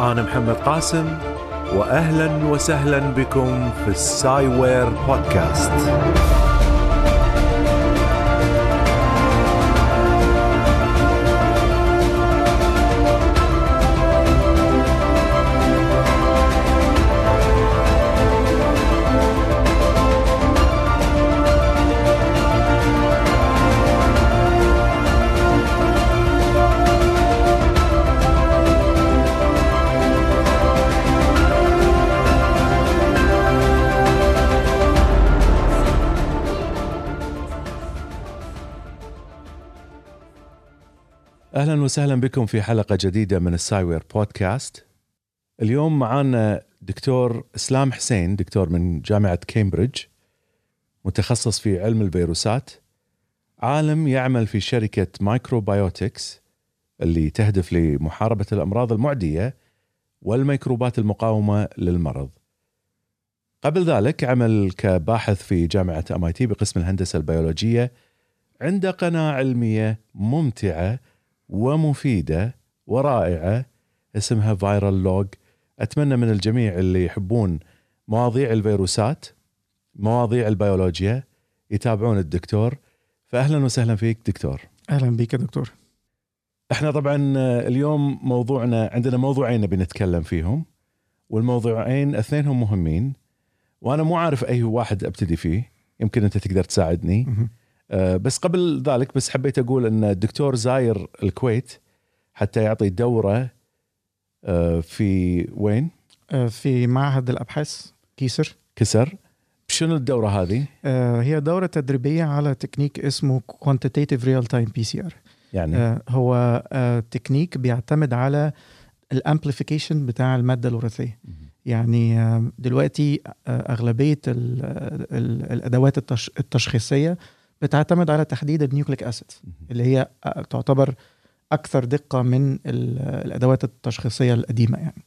أنا محمد قاسم، وأهلا وسهلا بكم في السايوير بودكاست. أهلا وسهلا بكم في حلقة جديدة من السايوير بودكاست. اليوم معانا دكتور إسلام حسين، دكتور من جامعة كامبريدج، متخصص في علم الفيروسات، عالم يعمل في شركة مايكروبيوتكس اللي تهدف لمحاربة الأمراض المعدية والميكروبات المقاومة للمرض. قبل ذلك عمل كباحث في جامعة MIT بقسم الهندسة البيولوجية. عنده قناة علمية ممتعة ومفيدة ورائعة اسمها فايرال لوج. أتمنى من الجميع اللي يحبون مواضيع الفيروسات، مواضيع البيولوجيا، يتابعون الدكتور. فأهلا وسهلا فيك دكتور. أهلا بك يا دكتور. احنا طبعا اليوم عندنا موضوعين بنتكلم فيهم، والموضوعين اثنينهم مهمين، وأنا مو عارف أي واحد أبتدي فيه. يمكن أنت تقدر تساعدني. بس قبل ذلك بس حبيت أقول أن الدكتور زاير الكويت حتى يعطي دورة في وين؟ في معهد الأبحاث كسر. شنو الدورة هذه؟ هي دورة تدريبية على تكنيك اسمه Quantitative Real Time PCR. يعني هو تكنيك بيعتمد على الامبليفيكيشن بتاع المادة الوراثية. يعني دلوقتي أغلبية الأدوات التشخيصية بتعتمد على تحديد النيوكليك أسيد، اللي هي تعتبر أكثر دقة من الأدوات التشخيصية القديمة يعني.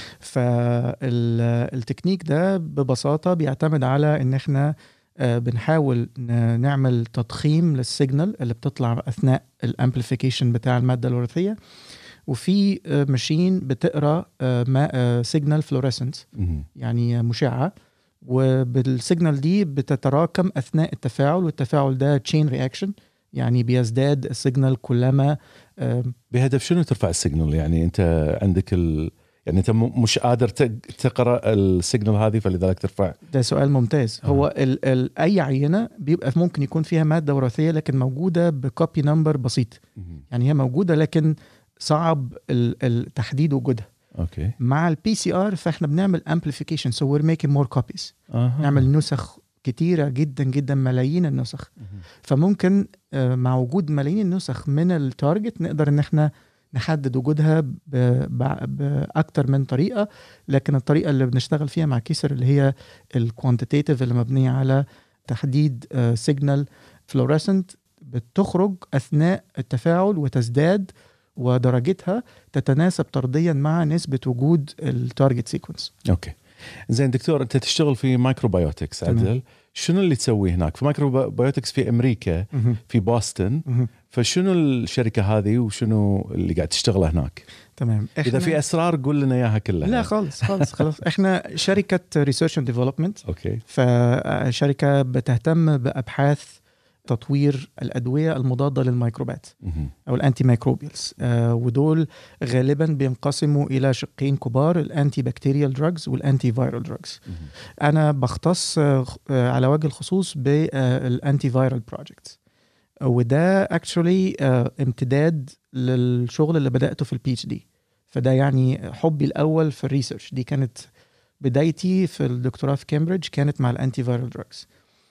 فالتكنيك ده ببساطة بيعتمد على إن إحنا بنحاول نعمل تضخيم للسيجنال اللي بتطلع أثناء الامبليفيكيشن بتاع المادة الوراثية، وفي ماشين بتقرأ سيجنال فلوريسنت، يعني مشعة، وبالسيجنال دي بتتراكم أثناء التفاعل، والتفاعل ده chain reaction، يعني بيزداد السيجنال كلما بهدف شنو ترفع السيجنال. يعني أنت عندك يعني أنت مش قادر تقرأ السيجنال هذه فلذلك ترفع. ده سؤال ممتاز. هو أي عينة بيبقى ممكن يكون فيها مادة وراثية لكن موجودة بكوبي نمبر بسيط. يعني هي موجودة لكن صعب التحديد وجودها. أوكي. مع البي سي ار فاحنا بنعمل amplification so we're making more copies. نعمل نسخ كتيرة جدا جدا، ملايين النسخ. فممكن مع وجود ملايين النسخ من التارجت نقدر ان احنا نحدد وجودها بأكتر من طريقة. لكن الطريقة اللي بنشتغل فيها مع كيسر اللي هي الكوانتيتيف اللي مبنية على تحديد سيجنال فلوريسنت بتخرج أثناء التفاعل وتزداد، ودرجتها تتناسب طرديا مع نسبة وجود التارجت سيكونس. اوكي زين دكتور، انت تشتغل في مايكروبيوتكس عدل. شنو اللي تسويه هناك في مايكروبيوتكس في امريكا في بوسطن؟ فشنو الشركة هذه وشنو اللي قاعد تشتغله هناك؟ تمام. اذا في اسرار قول لنا اياها كلها. لا خالص خلاص. احنا شركة ريسيرش اند ديفلوبمنت. اوكي. فشركة بتهتم بأبحاث تطوير الأدوية المضادة للميكروبات أو الأنتي ميكروبيالز، ودول غالبا بينقسموا إلى شقين كبار: الأنتي بكتيريال دراجز والأنتي فايرال دراجز. أنا بختص على وجه الخصوص بالأنتي فايرال بروجكت، وده actually امتداد للشغل اللي بدأته في الPhD. فده يعني حبي الأول في الريسيرش. دي كانت بدايتي في الدكتوراه في كامبريدج، كانت مع الأنتي فايرال دراجز.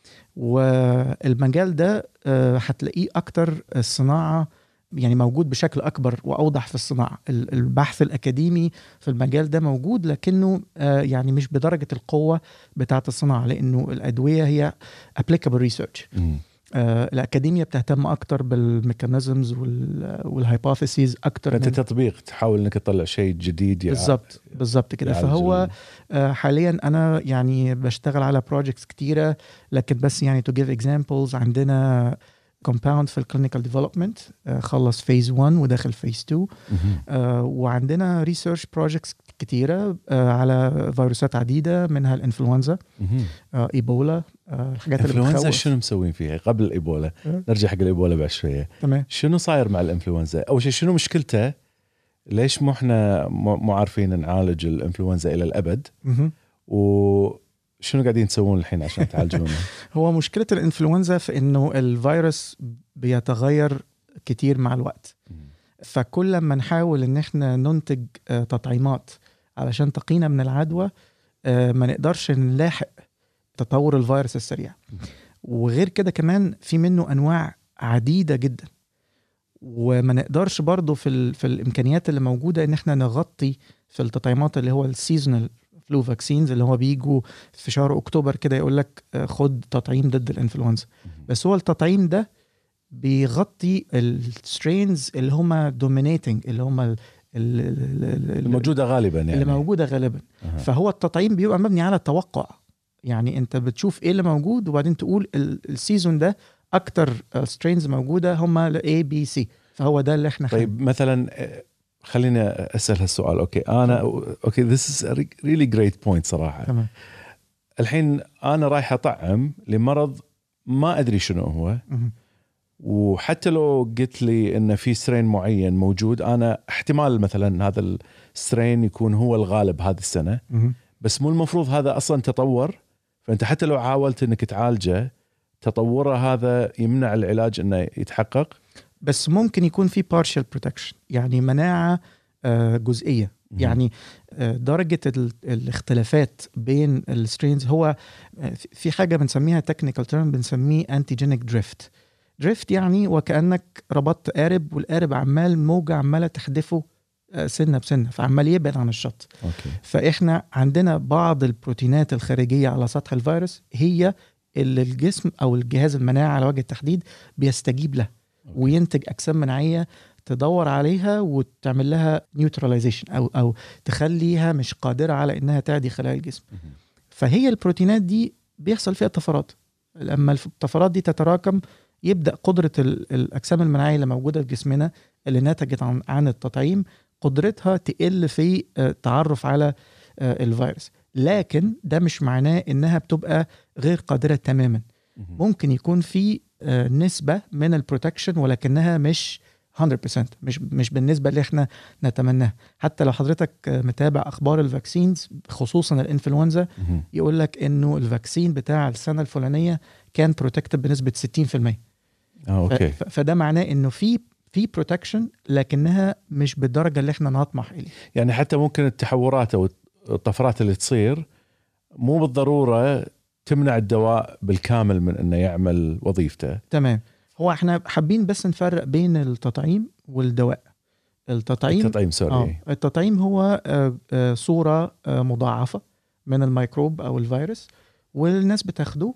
والمجال ده هتلاقيه أكتر الصناعة، يعني موجود بشكل أكبر وأوضح في الصناعة. البحث الأكاديمي في المجال ده موجود، لكنه يعني مش بدرجة القوة بتاعة الصناعة، لأنه الأدوية هي applicable research. الأكاديمية بتهتم أكتر بالميكانيزمز والهايبوثيسيز أكتر. أنت تطبيق، تحاول أنك تطلع شيء جديد. بالضبط كده. فهو حاليا أنا يعني بشتغل على projects كتيرة، لكن بس يعني to give examples، عندنا كومباوند في الكلينيكال ديفلوبمنت، خلص فيز 1 وداخل فيز 2. وعندنا ريسيرش بروجكتس كتيرة على فيروسات عديدة، منها الانفلونزا، ايبولا، الحاجات اللي بتخوف. الانفلونزا شنو مسوين فيها قبل الايبولا؟ نرجع حق الايبولا بعد شويه. تمام. شنو صاير مع الانفلونزا؟ اول شيء شنو مشكلته؟ ليش مو احنا مو عارفين نعالج الانفلونزا الى الابد؟ وشنو قاعدين تسوون الحين عشان تعالجونه؟ هو مشكلة الانفلونزا في انه الفيروس بيتغير كتير مع الوقت. فكل ما نحاول ان احنا ننتج تطعيمات علشان تقينا من العدوى، ما نقدرش نلاحق تطور الفيروس السريع. وغير كده كمان في منه انواع عديدة جدا، وما نقدرش برضو في الامكانيات اللي موجودة ان احنا نغطي في التطعيمات اللي هو السيزونال فلو فاكسينز اللي هو بيجوا في شهر اكتوبر كده يقول لك خد تطعيم ضد الانفلونزا. بس هو التطعيم ده بيغطي السترينز اللي هم دومينيتنج، اللي هم الموجودة غالبا يعني. اللي موجودة غالبا. فهو التطعيم بيبقى مبني على التوقع، يعني انت بتشوف ايه اللي موجود وبعدين تقول السيزون ده اكتر سترينز موجودة هم A B C، فهو ده اللي احنا طيب مثلا خليني اسأل هالسؤال. اوكي this is a really great point صراحة. تمام. الحين انا رايح اطعم لمرض ما ادري شنو هو، وحتى لو قلت لي ان في سترين معين موجود، انا احتمال مثلا هذا السترين يكون هو الغالب هذه السنة، بس مو المفروض هذا اصلا تطور. فانت حتى لو حاولت انك تعالجه، تطوره هذا يمنع العلاج انه يتحقق. بس ممكن يكون في partial protection، يعني مناعة جزئية. يعني درجة الاختلافات بين السترينز، هو في حاجة بنسميها technical term بنسميه antigenic drift. يعني وكأنك ربطت قارب، والقارب عمال موجة عمالة تحدفه سنة بسنة، فعمال يبعد عن الشط. فإحنا عندنا بعض البروتينات الخارجية على سطح الفيروس هي اللي الجسم أو الجهاز المناعي على وجه التحديد بيستجيب لها، وينتج أجسام مناعية تدور عليها وتعمل لها نيوتراليزيشن أو تخليها مش قادرة على إنها تعدي خلايا الجسم. فهي البروتينات دي بيحصل فيها طفرات. لما الطفرات دي تتراكم، يبدأ قدرة الأجسام المناعية اللي موجودة في جسمنا اللي نتجت عن التطعيم قدرتها تقل في التعرف على الفيروس. لكن ده مش معناه إنها بتبقى غير قادرة تماما. ممكن يكون في نسبة من البروتكشن، ولكنها مش 100%، مش بالنسبة اللي احنا نتمناه. حتى لو حضرتك متابع أخبار الفاكسينز خصوصا الانفلونزا، يقول لك إنه الفاكسين بتاع السنة الفلانية كان بروتكتد بنسبة 60%. أوكي. فده معناه إنه في بروتكشن، لكنها مش بالدرجة اللي احنا نطمح إليه. يعني حتى ممكن التحورات أو الطفرات اللي تصير مو بالضرورة تمنع الدواء بالكامل من إنه يعمل وظيفته. تمام. هو احنا حابين بس نفرق بين التطعيم والدواء. التطعيم هو صورة مضاعفة من الميكروب أو الفيروس، والناس بتاخده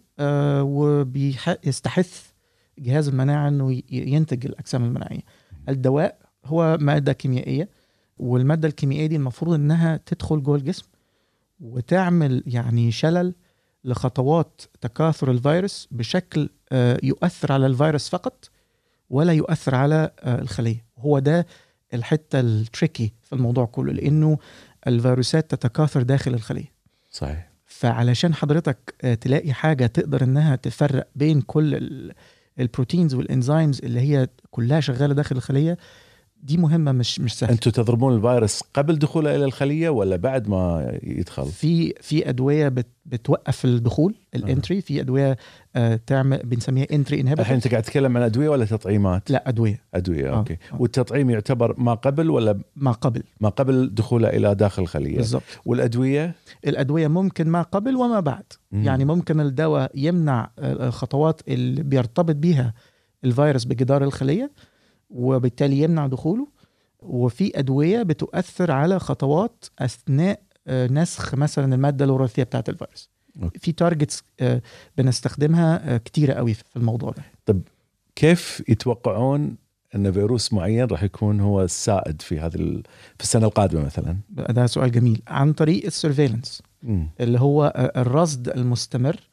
وبيستحث جهاز المناعة أنه ينتج الأجسام المناعية. الدواء هو مادة كيميائية، والمادة الكيميائية دي المفروض أنها تدخل جوه الجسم وتعمل يعني شلل لخطوات تكاثر الفيروس بشكل يؤثر على الفيروس فقط ولا يؤثر على الخلية. هو ده الحتة التريكي في الموضوع كله، لأنه الفيروسات تتكاثر داخل الخلية. صحيح. فعلشان حضرتك تلاقي حاجة تقدر أنها تفرق بين كل البروتينز والإنزيمز اللي هي كلها شغالة داخل الخلية، دي مهمة مش سهلة. أنتوا تضربون الفيروس قبل دخوله إلى الخلية ولا بعد ما يدخل؟ في أدوية بتوقف الدخول الانتري، في أدوية تعمل بنسميها انتري انهبيتورز. الحين أنت قاعد تتكلم عن أدوية ولا تطعيمات؟ لا، أدوية. أوكي. والتطعيم يعتبر ما قبل ولا ما قبل دخوله إلى داخل الخلية؟ بالضبط. الأدوية ممكن ما قبل وما بعد. يعني ممكن الدواء يمنع الخطوات اللي بيرتبط بيها الفيروس بجدار الخلية وبالتالي يمنع دخوله، وفي أدوية بتؤثر على خطوات أثناء نسخ مثلا المادة الوراثية بتاعت الفيروس. في تارجتس بنستخدمها كتيرة قوي في الموضوع ده. طب كيف يتوقعون أن فيروس معين راح يكون هو السائد في في السنة القادمة مثلا؟ ده سؤال جميل. عن طريق السيرفيلنس اللي هو الرصد المستمر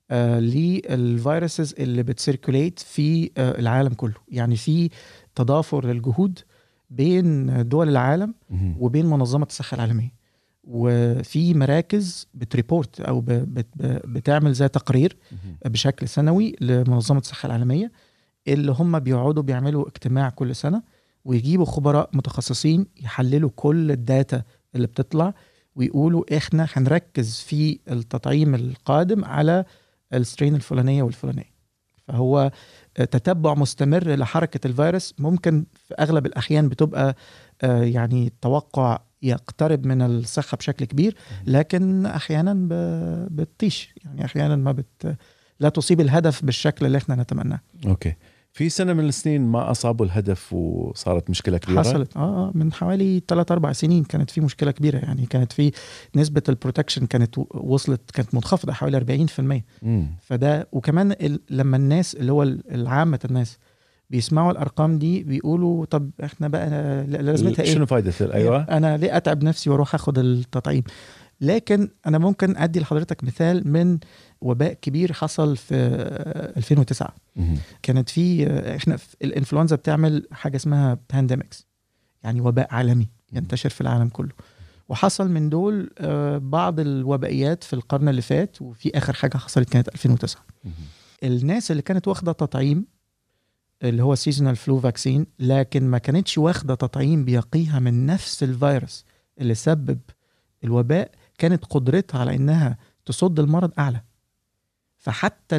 للفيروسز اللي بتسيركوليت في العالم كله. يعني في تضافر للجهود بين دول العالم وبين منظمة الصحة العالمية، وفي مراكز بتريبورت أو بتعمل زي تقرير بشكل سنوي لمنظمة الصحة العالمية، اللي هم بيقعدوا بيعملوا اجتماع كل سنة ويجيبوا خبراء متخصصين يحللوا كل الداتا اللي بتطلع ويقولوا احنا هنركز في التطعيم القادم على السترين الفلانية والفلانية. فهو تتبع مستمر لحركة الفيروس. ممكن في أغلب الأحيان بتبقى يعني توقع يقترب من الصحة بشكل كبير، لكن أحيانا بتطيش، يعني أحيانا لا تصيب الهدف بالشكل اللي احنا نتمناه. أوكي. في سنة من السنين ما أصابوا الهدف وصارت مشكلة كبيرة. حصلت من حوالي 3-4 سنين كانت في مشكلة كبيرة. يعني كانت في نسبة البروتكشن كانت منخفضة حوالي 40%. فده وكمان لما الناس اللي هو العامة الناس بيسمعوا الأرقام دي بيقولوا طب احنا بقى لازمتها ايه؟ شنو فايدة؟ أيوة، أنا ليه أتعب نفسي وأروح أخد التطعيم؟ لكن أنا ممكن أدي لحضرتك مثال من وباء كبير حصل في 2009. كانت في احنا في الانفلونزا بتعمل حاجة اسمها بانديميكس، يعني وباء عالمي ينتشر في العالم كله. وحصل من دول بعض الوبائيات في القرن اللي فات، وفي آخر حاجة حصلت كانت 2009. الناس اللي كانت واخدة تطعيم اللي هو سيزونال فلو فاكسين، لكن ما كانتش واخدة تطعيم بيقيها من نفس الفيروس اللي سبب الوباء، كانت قدرتها على انها تصد المرض اعلى. فحتى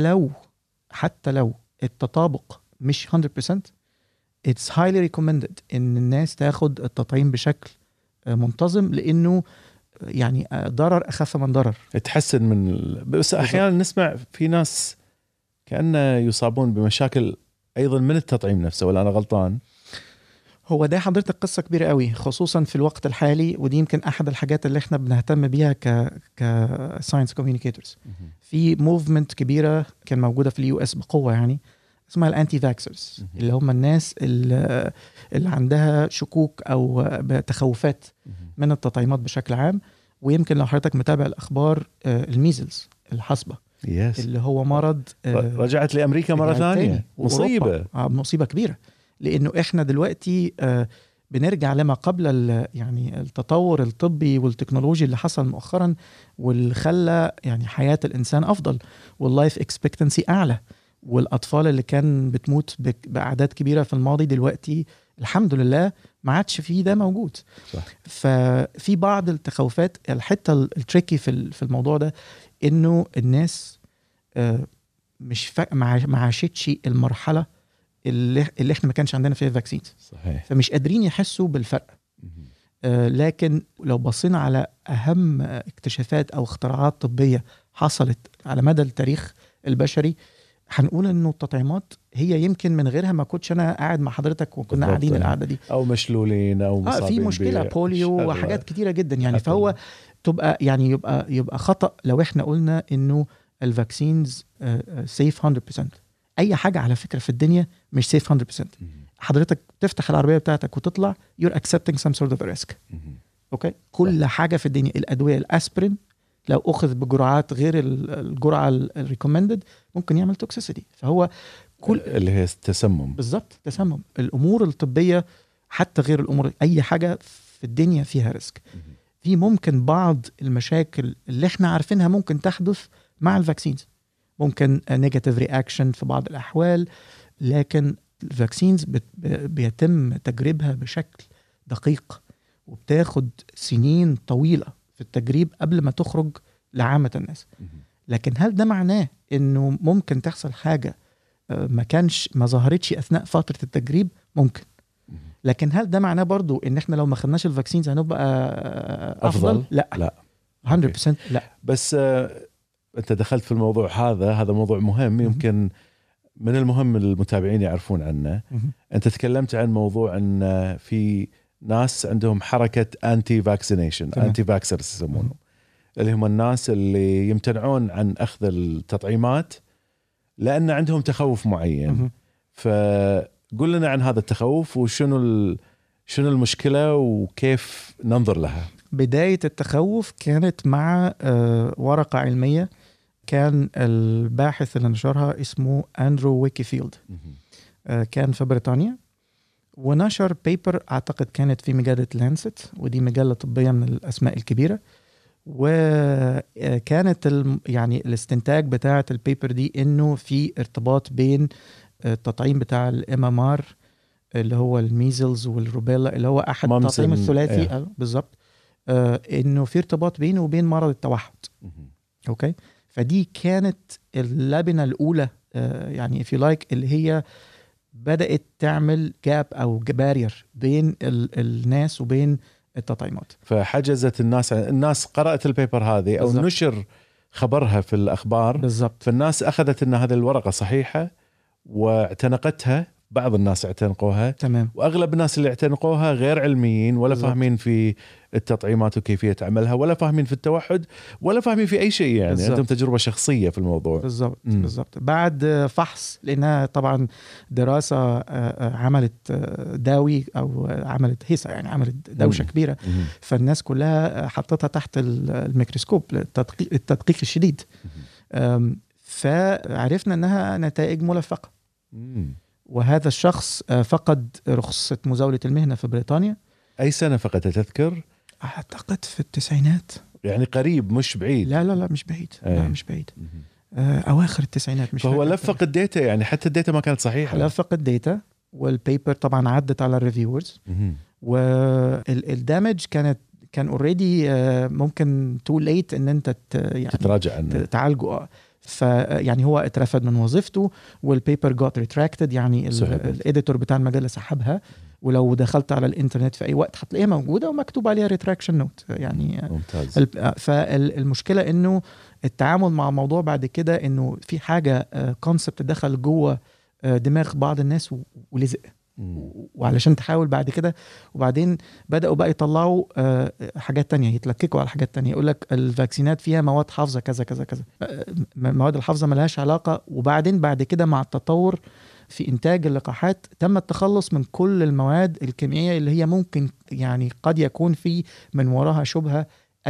لو التطابق مش 100%، it's highly recommended ان الناس تاخد التطعيم بشكل منتظم، لانه يعني ضرر اخف من ضرر. تحسن من بس احيانا نسمع في ناس كأنه يصابون بمشاكل ايضا من التطعيم نفسه، ولا انا غلطان؟ هو ده حضرتك قصة كبيرة قوي، خصوصا في الوقت الحالي، ودي يمكن أحد الحاجات اللي احنا بنهتم بيها كساينس كوميونيكيتورز. في موفمنت كبيرة كان موجودة في اليو اس بقوة، يعني اسمها الانتي فاكسرز، اللي هم الناس اللي عندها شكوك أو تخوفات من التطعيمات بشكل عام. ويمكن لو حضرتك متابع الأخبار، الميزلز الحصبة اللي هو مرض رجعت لأمريكا مرة ثانية، مصيبة كبيرة، لأنه إحنا دلوقتي بنرجع لما قبل يعني التطور الطبي والتكنولوجي اللي حصل مؤخرا، واللي خلى يعني حياة الإنسان أفضل واللايف اكسبكتنسي أعلى، والأطفال اللي كان بتموت بأعداد كبيرة في الماضي دلوقتي الحمد لله ما عادش فيه ده موجود. صح. ففي بعض التخوفات. الحتة التريكي في الموضوع ده إنه الناس مش ما عاشتش المرحلة اللي احنا ما كانش عندنا فيها فاكسينز. صحيح. فمش قادرين يحسوا بالفرق. لكن لو بصينا على أهم اكتشافات أو اختراعات طبية حصلت على مدى التاريخ البشري، هنقول انه التطعيمات هي يمكن من غيرها ما كنتش انا قاعد مع حضرتك وكنا قاعدين القعده دي، او مشلولين او مصابين في مشكله بوليو وحاجات كتيره جدا يعني. فهو تبقى يعني يبقى خطأ لو احنا قلنا انه الفاكسينز سيف 100%. اي حاجه على فكره في الدنيا مش سيف 100%. حضرتك تفتح العربيه بتاعتك وتطلع you're accepting some sort of a risk. اوكي. كل حاجه في الدنيا، الادويه، الاسبرين لو اخذ بجرعات غير الجرعه الريكومندد ممكن يعمل توكسيسيتي. فهو كل اللي هي التسمم. بالظبط، تسمم. الامور الطبيه حتى غير الامور، اي حاجه في الدنيا فيها ريسك. في ممكن بعض المشاكل اللي احنا عارفينها ممكن تحدث مع الفاكسينز، ممكن نيجاتيف رياكشن في بعض الاحوال، لكن الفاكسينز بيتم تجريبها بشكل دقيق وبتاخد سنين طويله في التجريب قبل ما تخرج لعامة الناس. لكن هل ده معناه انه ممكن تحصل حاجة ما ظهرتش اثناء فترة التجريب؟ ممكن. لكن هل ده معناه برضو ان احنا لو ما خدناش الفاكسينز هنبقى افضل؟ لا 100% لا. بس انت دخلت في الموضوع هذا موضوع مهم. يمكن من المهم المتابعين يعرفون عنه. انت تكلمت عن موضوع ان في ناس عندهم حركة أنتي فاكسينيشن، أنتي فاكسرز يسمونهم، اللي هم الناس اللي يمتنعون عن أخذ التطعيمات لأن عندهم تخوف معين. فقل لنا عن هذا التخوف وشنو المشكلة وكيف ننظر لها. بداية التخوف كانت مع ورقة علمية كان الباحث اللي نشرها اسمه أندرو ويكيفيلد. كان في بريطانيا، ونشر بيبر أعتقد كانت في مجلة لانست، ودي مجلة طبية من الأسماء الكبيرة. وكانت يعني الاستنتاج بتاعة البيبر دي إنه في ارتباط بين التطعيم بتاع الMMR اللي هو الميزلز والروبيلا اللي هو أحد التطعيم الثلاثي بالضبط، إنه في ارتباط بينه وبين مرض التوحد. أوكي، فدي كانت اللبنة الأولى يعني if you like اللي هي بدأت تعمل جاب أو بارير بين الناس وبين التطعيمات. فحجزت الناس قرأت البيبر هذه أو بالزبط. نشر خبرها في الأخبار بالضبط. فالناس أخذت أن هذه الورقة صحيحة واعتنقتها. بعض الناس اعتنقوها، تمام. وأغلب الناس اللي اعتنقوها غير علميين ولا بالزبط. فاهمين في التطعيمات وكيفية عملها، ولا فاهمين في التوحد، ولا فاهمين في أي شيء. يعني بالزبط. عندهم تجربة شخصية في الموضوع. بالضبط. بالضبط. بعد فحص، لأنها طبعا دراسة عملت داوي أو عملت هيصة، يعني عملت دوشة كبيرة. فالناس كلها حطتها تحت الميكروسكوب التدقيق الشديد. فعرفنا أنها نتائج ملفقة. وهذا الشخص فقد رخصة مزاولة المهنة في بريطانيا. أي سنة فقط تذكر؟ أعتقد في التسعينات، يعني قريب مش بعيد. لا مش بعيد. لا مش بعيد. أواخر التسعينات مش فهو فاكر. لفق الداتا، يعني حتى الداتا ما كانت صحيحة. لفق الداتا، والبيبر طبعا عدت على الريفيورز، والدامج كان اوريدي ممكن تو ليت ان انت يعني تتراجع عنه، تعالجه. فيعني هو اترفد من وظيفته، والبيبر جوت ريتراكتد، يعني الاديتور بتاع المجله سحبها. ولو دخلت على الانترنت في اي وقت هتلاقيها موجوده ومكتوب عليها ريتراكشن نوت يعني. ممتاز. فالمشكله انه التعامل مع الموضوع بعد كده انه في حاجه كونسبت دخل جوه دماغ بعض الناس ولزق، وعلشان تحاول بعد كده. وبعدين بدأوا بقى يطلعوا حاجات تانية، يتلككوا على حاجات تانية، يقولك الفاكسينات فيها مواد حافظة كذا كذا كذا. مواد الحافظة ملهاش علاقة. وبعدين بعد كده مع التطور في إنتاج اللقاحات تم التخلص من كل المواد الكيميائية اللي هي ممكن يعني قد يكون في من وراها شبهة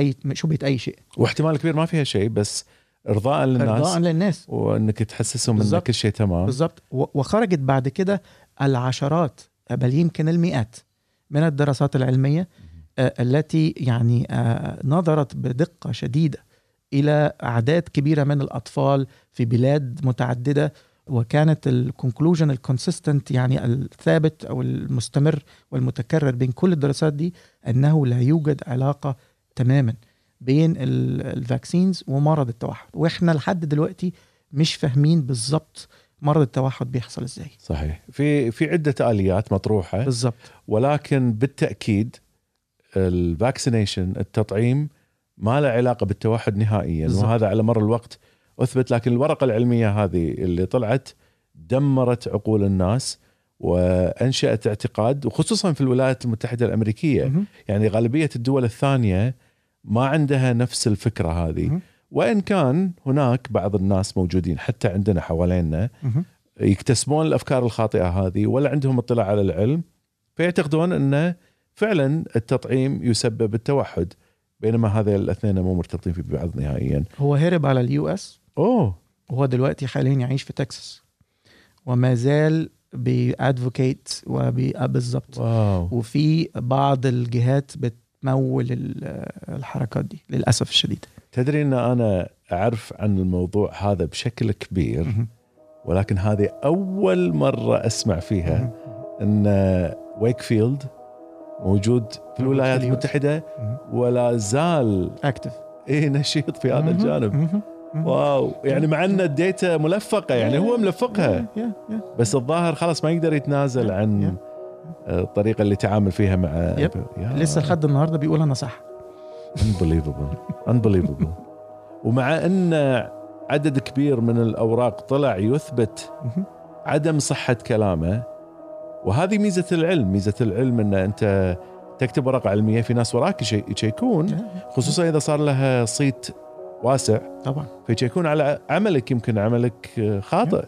أي شيء، واحتمال كبير ما فيها شيء، بس إرضاء للناس وأنك تحسسهم أن كل شيء تمام. بالضبط. وخرجت بعد كده العشرات بل يمكن المئات من الدراسات العلمية التي يعني نظرت بدقة شديدة إلى أعداد كبيرة من الأطفال في بلاد متعددة، وكانت الكونكلوجن الكونسيستنت يعني الثابت أو المستمر والمتكرر بين كل الدراسات دي أنه لا يوجد علاقة تماما بين الفاكسينز ومرض التوحد. وإحنا لحد دلوقتي مش فاهمين بالضبط مرض التوحد بيحصل ازاي. صحيح. في عدة آليات مطروحة بالضبط، ولكن بالتأكيد الفاكسينيشن التطعيم ما له علاقة بالتوحد نهائيا. بالزبط. وهذا على مر الوقت أثبت. لكن الورقة العلمية هذه اللي طلعت دمرت عقول الناس وأنشأت اعتقاد، وخصوصا في الولايات المتحدة الأمريكية. يعني غالبية الدول الثانية ما عندها نفس الفكرة هذه. وإن كان هناك بعض الناس موجودين حتى عندنا حوالينا يكتسبون الأفكار الخاطئة هذه ولا عندهم اطلاع على العلم، فيعتقدون أنه فعلا التطعيم يسبب التوحد، بينما هذه الاثنين مو مرتبطين في بعض نهائيا. هو هرب على الUS. وهو دلوقتي حاليا يعيش في تكساس وما زال بيادفوكيت بالضبط. وفي بعض الجهات بتمول الحركات دي للأسف الشديد. تدري أن أنا أعرف عن الموضوع هذا بشكل كبير، ولكن هذه أول مرة أسمع فيها أن ويكفيلد موجود في الولايات المتحدة ولا زال أكتف، نشيط في هذا الجانب. واو. يعني مع أن الديتا ملفقة، يعني هو ملفقها، بس الظاهر خلاص ما يقدر يتنازل عن الطريقة اللي تعامل فيها مع لسه لحد النهاردة بيقول أنا صح. unbelievable. ومع أن عدد كبير من الأوراق طلع يثبت عدم صحة كلامه. وهذه ميزة العلم أن أنت تكتب ورقة علمية في ناس وراك يشيكون، خصوصا إذا صار لها صيت واسع طبعا، فيشيكون على عملك. يمكن عملك خاطئ.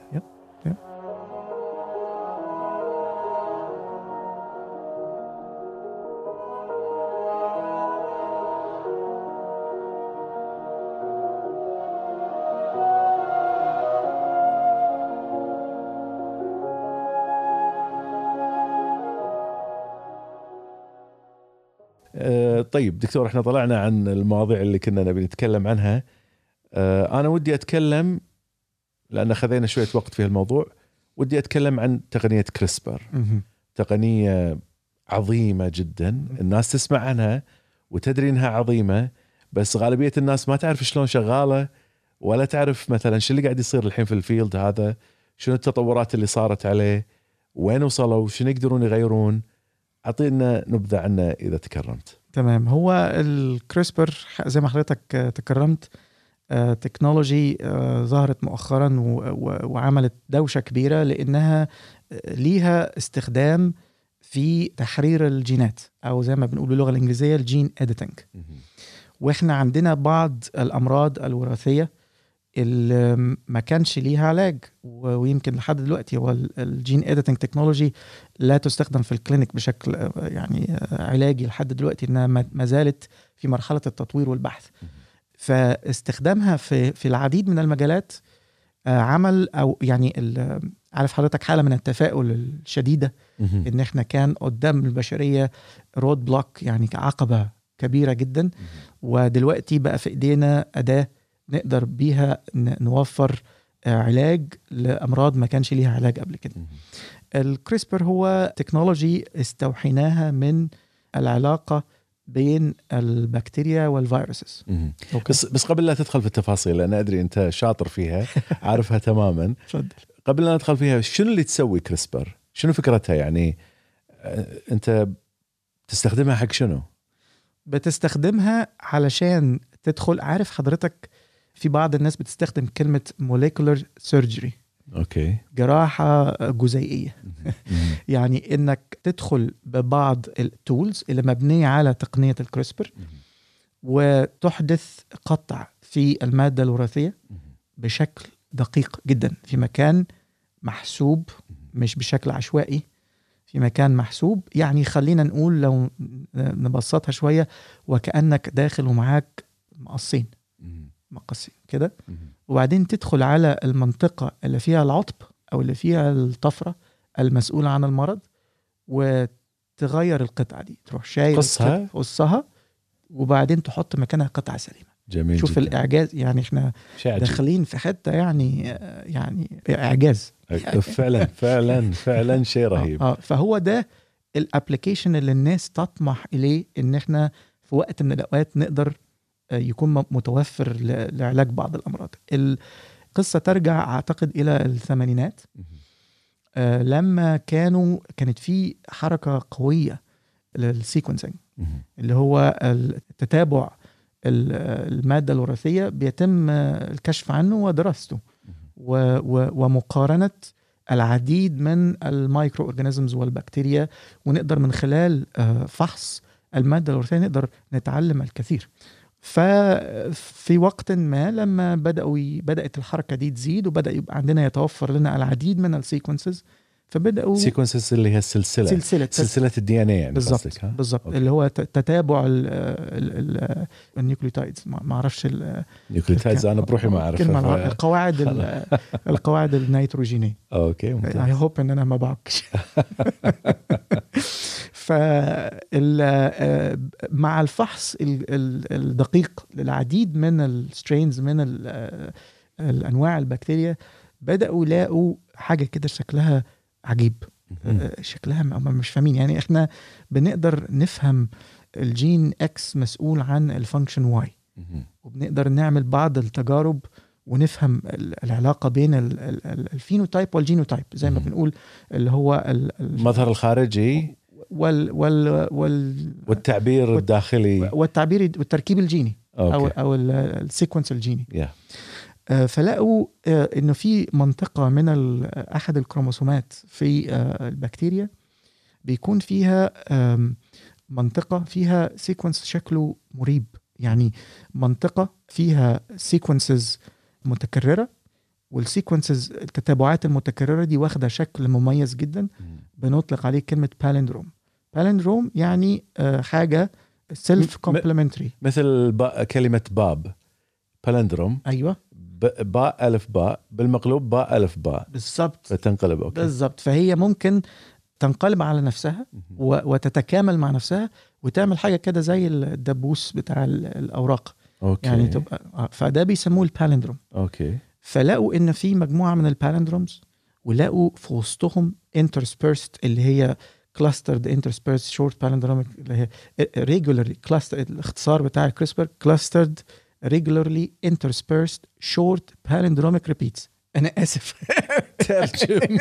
طيب دكتور، احنا طلعنا عن المواضيع اللي كنا نبي نتكلم عنها. انا ودي اتكلم، لان خذينا شويه وقت في الموضوع، ودي اتكلم عن تقنيه كريسبر. تقنيه عظيمه جدا، الناس تسمع عنها وتدري انها عظيمه، بس غالبيه الناس ما تعرف شلون شغاله، ولا تعرف مثلا شو اللي قاعد يصير الحين في الفيلد هذا، شنو التطورات اللي صارت عليه، وين وصلوا، شنو يقدرون يغيرون. اعطينا نبذه عنه اذا تكرمت. تمام. هو الكريسبر زي ما حضرتك تكرمت، تكنولوجي ظهرت مؤخرا وعملت دوشة كبيرة، لأنها ليها استخدام في تحرير الجينات، أو زي ما بنقول باللغة الإنجليزية الجين إديتنج. وإحنا عندنا بعض الأمراض الوراثية اللي ما كانش ليها علاج، ويمكن لحد دلوقتي هو الجين إديتنج تكنولوجي لا تستخدم في الكلينيك بشكل يعني علاجي لحد دلوقتي، إنها ما زالت في مرحلة التطوير والبحث. فاستخدامها في العديد من المجالات عمل، او يعني عارف حضرتك حالة من التفاؤل الشديدة ان احنا كان قدام البشرية رود بلوك، يعني عقبة كبيرة جدا، ودلوقتي بقى في ايدينا أداة نقدر بيها نوفر علاج لأمراض ما كانش ليها علاج قبل كده. الكريسبر هو تكنولوجي استوحيناها من العلاقة بين البكتيريا والفيروسز. بس قبل لا تدخل في التفاصيل، أنا أدري أنت شاطر فيها عارفها تماما. تفضل. قبل لا ندخل فيها، شنو اللي تسوي كريسبر؟ شنو فكرتها؟ يعني أنت تستخدمها حق شنو؟ بتستخدمها علشان تدخل، عارف حضرتك في بعض الناس بتستخدم كلمة molecular surgery، أوكي، جراحة جزيئية. يعني إنك تدخل ببعض التولز اللي مبنية على تقنية الكريسبر وتحدث قطع في المادة الوراثية بشكل دقيق جدا، في مكان محسوب، مش بشكل عشوائي، في مكان محسوب. يعني خلينا نقول لو نبسطها شوية، وكأنك داخل ومعاك مقصين كده، وبعدين تدخل على المنطقة اللي فيها العطب أو اللي فيها الطفرة المسؤولة عن المرض، وتغير القطعة دي، تروح شايل قصها وبعدين تحط مكانها قطعة سليمة. جميل شوف جدا. الإعجاز، يعني إحنا داخلين في حتة يعني إعجاز. فعلا شيء رهيب. فهو ده الابليكيشن اللي الناس تطمح إليه، إن إحنا في وقت من الأوقات نقدر يكون متوفر لعلاج بعض الأمراض. القصة ترجع أعتقد إلى الثمانينات، لما كانت في حركة قوية للسيكونسينج، اللي هو التتابع المادة الوراثية، بيتم الكشف عنه ودراسته ومقارنة العديد من المايكرو أورجانيزمز والبكتيريا، ونقدر من خلال فحص المادة الوراثية نقدر نتعلم الكثير. ففي وقت ما لما بدأت الحركة دي تزيد، وبدأ يبقى عندنا يتوفر لنا العديد من السيكونسز، فبدأوا سيكونسز اللي هي سلسلة الدي ان اي، يعني بالضبط اللي هو تتابع النيوكليوتايدز. ما اعرفش النيوكليوتايدز، انا بروحي ما اعرفها. القواعد النيتروجينيه. اوكي، ممتاز. اي هوب ان انا ما بعكش. مع الفحص الدقيق للعديد من السترينز من الانواع البكتيريا، بدأوا يلاقوا حاجة كده شكلها عجيب. شكلها مش فاهمين. يعني احنا بنقدر نفهم الجين اكس مسؤول عن الفانكشن واي، وبنقدر نعمل بعض التجارب ونفهم العلاقة بين الفينوتايب والجينوتايب، زي ما بنقول، اللي هو المظهر الخارجي والتعبير الداخلي والتركيب الجيني، او السيكونس الجيني. فلقوا انه في منطقة من احد الكروموسومات في البكتيريا بيكون فيها منطقة فيها سيكونس شكله مريب، يعني منطقة فيها سيكونسز متكررة، والسيكونسز التتابعات المتكررة دي واخدة شكل مميز جدا، بنطلق عليه كلمة بالندروم. يعني حاجة سيلف كومبلمنتري، مثل كلمة باب، بالندروم. أيوة، باء ألف باء بالمقلوب باء ألف باء، بالضبط، فتنقلب. أوكي، بالضبط. فهي ممكن تنقلب على نفسها وتتكامل مع نفسها وتعمل حاجة كده زي الدبوس بتاع الأوراق. أوكي. يعني تبقى فده بيسموه البالندروم. أوكي. فلقوا إن في مجموعة من البالندرومز، ولقوا في وسطهم interspersed اللي هي clustered interspersed short palindromic اللي هي regularly clustered، الاختصار بتاع CRISPR clustered regularly interspersed short palindromic repeats. أنا آسف ترجم.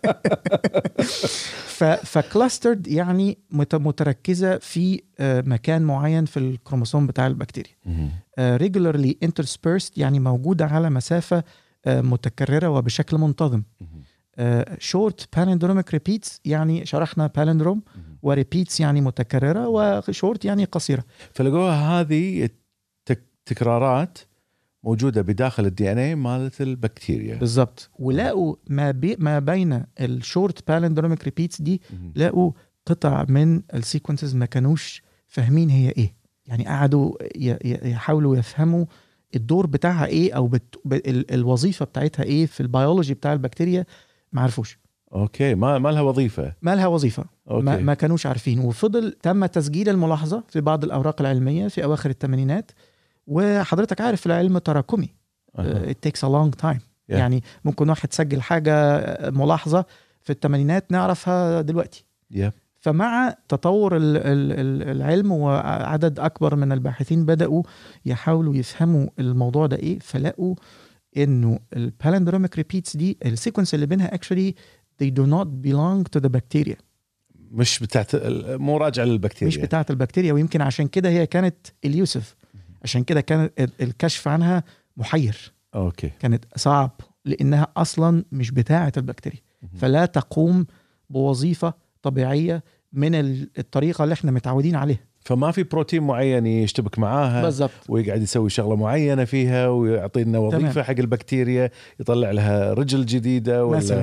فكلاسترد يعني متركزة في مكان معين في الكروموسوم بتاع البكتيريا. regularly interspersed يعني موجودة على مسافة متكررة وبشكل منتظم. short palindromic repeats يعني شرحنا palindrome، وريبيتس يعني متكررة، وشورت يعني قصيرة. فلقوها هذه تكرارات موجودة بداخل الدي ان اي مالت البكتيريا بالضبط. ولقوا ما بين الشورت بالندروميك ريبيتس دي لقوا قطع من السيكونسز ما كانوش فاهمين هي ايه. يعني قعدوا يحاولوا يفهموا الدور بتاعها ايه او الوظيفة بتاعتها ايه في البيولوجي بتاع البكتيريا، ما عرفوش. اوكي. ما لها وظيفة. ما كانوش عارفين. وفضل تم تسجيل الملاحظة في بعض الأوراق العلمية في أواخر الثمانينات. وحضرتك عارف العلم تراكمي. It takes a long time. يعني ممكن واحد سجل حاجة ملاحظة في الثمانينات نعرفها دلوقتي. فمع تطور العلم وعدد أكبر من الباحثين بدأوا يحاولوا يفهموا الموضوع ده إيه، فلقوا إنه البالندروميك ريبيتس دي السيكونس اللي بينها actually they do not belong to the bacteria. مش بتاعت، مو راجعة للبكتيريا، مش بتاعت البكتيريا. ويمكن عشان كده هي كانت اليوسف، عشان كده كان الكشف عنها محير. أوكي. كانت صعب لأنها أصلا مش بتاعة البكتيريا، فلا تقوم بوظيفة طبيعية من الطريقة اللي احنا متعودين عليها. فما في بروتين معين يشتبك معاها بالزبط، ويقعد يسوي شغلة معينة فيها ويعطي لنا وظيفة. تمام. حق البكتيريا يطلع لها رجل جديدة ولا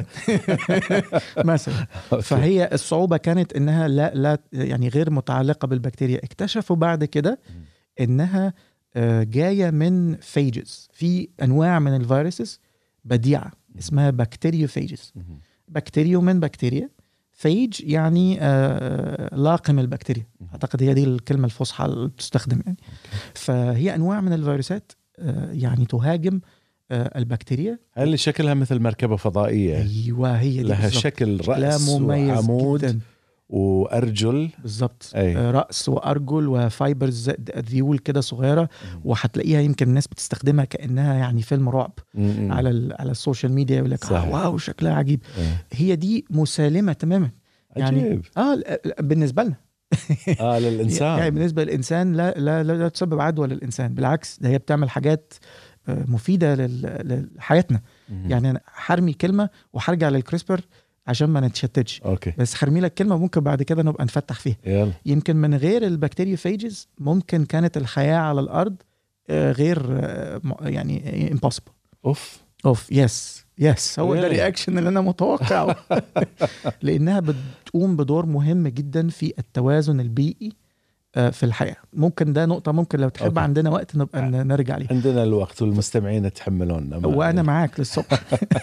مثلا. فهي الصعوبة كانت إنها لا يعني غير متعلقة بالبكتيريا. اكتشفوا بعد كده إنها جاية من فيجز، في أنواع من الفيروسز بديعة اسمها بكتيريوفيجز. بكتيريو من بكتيريا، فيج يعني لاقم البكتيريا. أعتقد هي دي الكلمة الفصحى اللي تستخدم يعني. فهي أنواع من الفيروسات يعني تهاجم البكتيريا. هل شكلها مثل مركبة فضائية؟ أيوة، هي لها بالزبط. شكل رأس وعمود جداً. وأرجل. بالضبط. رأس وأرجل وفايبرز ذيول كده صغيرة. وهتلاقيها يمكن الناس بتستخدمها كأنها يعني فيلم رعب على السوشيال ميديا، يقول لك واو شكلها عجيب. هي دي مسالمة تماما يعني. بالنسبة لنا للإنسان يعني بالنسبة للإنسان لا تسبب عدوى للإنسان، بالعكس ده هي بتعمل حاجات مفيدة لحياتنا. يعني أنا حرمي كلمة وحرجع للكريسبر عشان ما نتشتتش. أوكي. بس حرمي لك كلمة ممكن بعد كده نبقى نفتح فيها. يلا. يمكن من غير البكتيريوفيجز ممكن كانت الحياة على الأرض غير يعني impossible. يس هو ده الرياكشن اللي أنا متوقعه. لأنها بتقوم بدور مهم جدا في التوازن البيئي في الحياة. ممكن ده نقطة ممكن لو تحب عندنا وقت نبقى نرجع ليها. عندنا الوقت والمستمعين يتحملوننا وأنا معاك للصبح.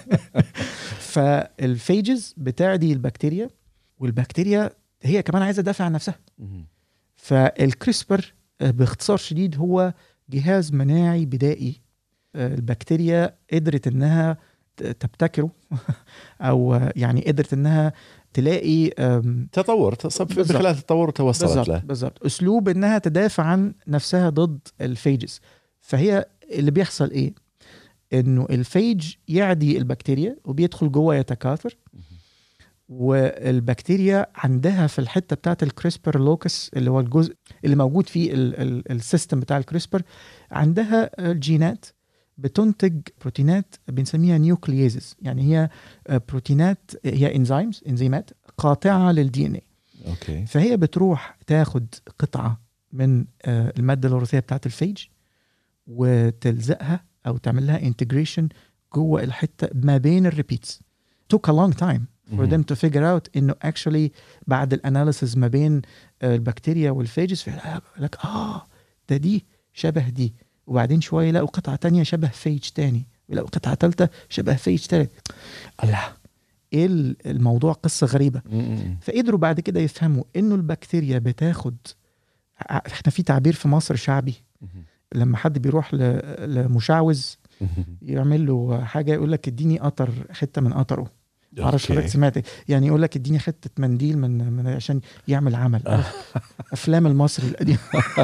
فالفيجز بتعدي البكتيريا، والبكتيريا هي كمان عايزة تدافع عن نفسها. فالكريسبر باختصار شديد هو جهاز مناعي بدائي. البكتيريا قدرت انها تبتكره او يعني قدرت انها تلاقي تطور بخلال التطور توصلت له. بالضبط. اسلوب انها تدافع عن نفسها ضد الفيجز. فهي اللي بيحصل ايه؟ انه الفيج يعدي البكتيريا وبيدخل جوه يتكاثر. والبكتيريا عندها في الحته بتاعت الكريسبر لوكس اللي هو الجزء اللي موجود فيه السيستم بتاع الكريسبر، عندها الجينات بتنتج بروتينات بنسميها نيوكلييزز. يعني هي بروتينات، هي انزيمات قاطعه للدي ان اي. اوكي. فهي بتروح تاخد قطعه من الماده الوراثيه بتاعت الفيج وتلزقها او تعمل لها انتجريشن جوه الحته ما بين الريبيتس. took a long time for them to figure out انه actually بعد الاناليسز ما بين البكتيريا والفيجز لك ده دي شبه دي، وبعدين شويه يلاقوا قطعه تانية شبه فيج تاني، ويلاقوا قطعه ثالثه شبه فيج ثالث. الله، ايه الموضوع قصة غريبة. فقدروا بعد كده يفهموا انه البكتيريا بتاخد، احنا في تعبير في مصر شعبي لما حد بيروح لمشعوذ يعمل له حاجة يقول لك اديني قطر، حتة من قطره، معرفش حضرتك سمعت، يعني يقول لك اديني حتة منديل من عشان يعمل عمل. افلام المصري القديم.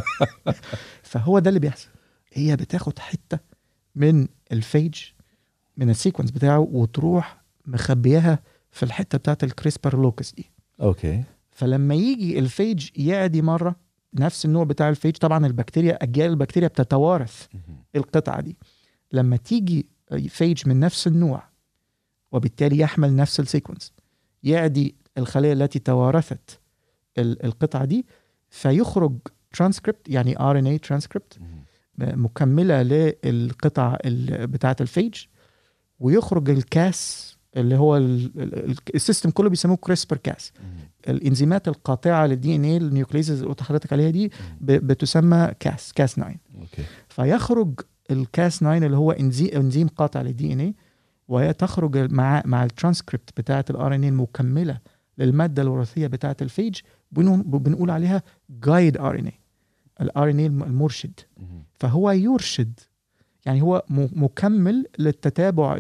فهو ده اللي بيحصل، هي بتاخد حتة من الفيج من السيكونس بتاعه وتروح مخبيها في الحتة بتاعت الكريسبر لوكس دي. اوكي. فلما يجي الفيج يعدي مرة نفس النوع بتاع الفيج، طبعا البكتيريا أجيال البكتيريا بتتوارث القطعة دي، لما تيجي فيج من نفس النوع وبالتالي يحمل نفس السيكونس يعدي الخلية التي توارثت القطعة دي، فيخرج ترانسكريبت يعني RNA ترانسكريبت مكملة للقطعة بتاعة الفيج، ويخرج الكاس اللي هو السيستم كله بيسموه كريسبر كاس. الانزيمات القاطعة للدي ان ايه النيوكليزز اللي حضرتك عليها دي بتسمى كاس 9. اوكي. فيخرج الكاس 9 اللي هو انزيم قاطع للدي ان ايه، وهي تخرج مع الترانسكريبت بتاعة الار ان ايه المكملة للمادة الوراثية بتاعة الفيج، بنقول عليها جايد ار ان ايه، الار ان ايه المرشد. فهو يرشد، يعني هو مكمل للتتابع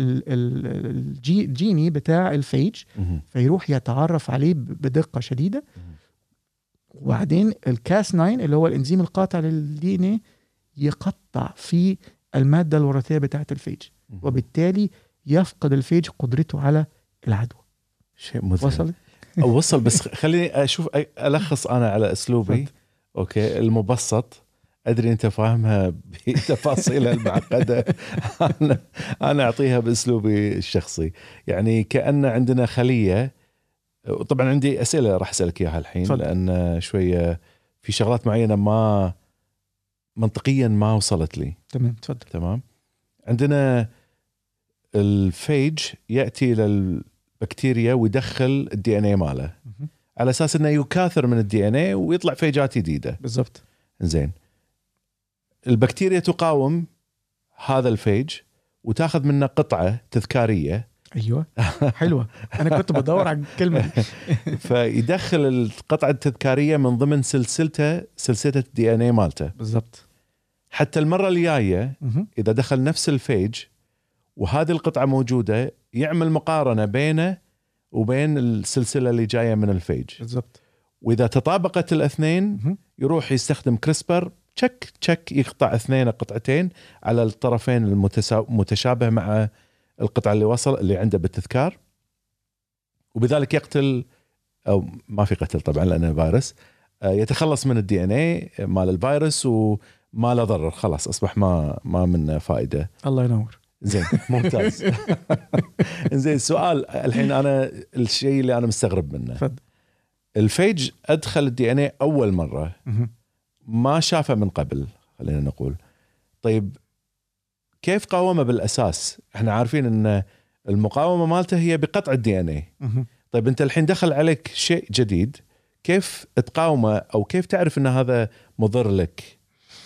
الجيني بتاع الفيج، فيروح يتعرف عليه بدقة شديدة. وبعدين الكاس 9 اللي هو الانزيم القاطع للدي ان ايه يقطع في المادة الوراثية بتاعة الفيج، وبالتالي يفقد الفيج قدرته على العدوى. شيء مذهل. وصل. بس خليني أشوف ألخص أنا على أسلوبي. أوكي. المبسط، أدري أنت فاهمها بتفاصيلها المعقدة. أنا أعطيها بأسلوبي الشخصي. يعني كأن عندنا خلية، طبعا عندي أسئلة راح أسألك إياها الحين فضل. لأن شوية في شغلات معينة ما منطقيا ما وصلت لي. تمام تفضل. تمام. عندنا الفيج يأتي للبكتيريا ويدخل الدي ان اي ماله على أساس أنه يكاثر من الدي ان اي ويطلع فيجات جديدة. بالضبط. زين. البكتيريا تقاوم هذا الفيج وتاخذ منه قطعة تذكارية. أيوة حلوة، أنا كنت بدور على الكلمة دي. فيدخل القطعة التذكارية من ضمن سلسلة الدي ان اي مالته. بالضبط. حتى المرة الجاية إذا دخل نفس الفيج وهذه القطعة موجودة يعمل مقارنة بينه وبين السلسلة اللي جاية من الفيج. بالضبط. وإذا تطابقت الاثنين يروح يستخدم كريسبر تشك يقطع قطعتين على الطرفين المتشابه مع القطعة اللي عنده بالتذكار، وبذلك يقتل، أو ما في قتل طبعا لأنه فيروس، يتخلص من الدي ان اي مال الفيروس وما له ضرر، خلاص أصبح ما منه فائدة. الله ينور. زين ممتاز. زين السؤال الحين، أنا الشيء اللي أنا مستغرب منه فضل. الفيج أدخل الدي ان اي أول مرة ما شافه من قبل، خلينا نقول. طيب كيف قاومه بالأساس؟ احنا عارفين ان المقاومة مالته هي بقطع الدي ان اي. طيب انت الحين دخل عليك شيء جديد، كيف تقاومه او كيف تعرف ان هذا مضر لك؟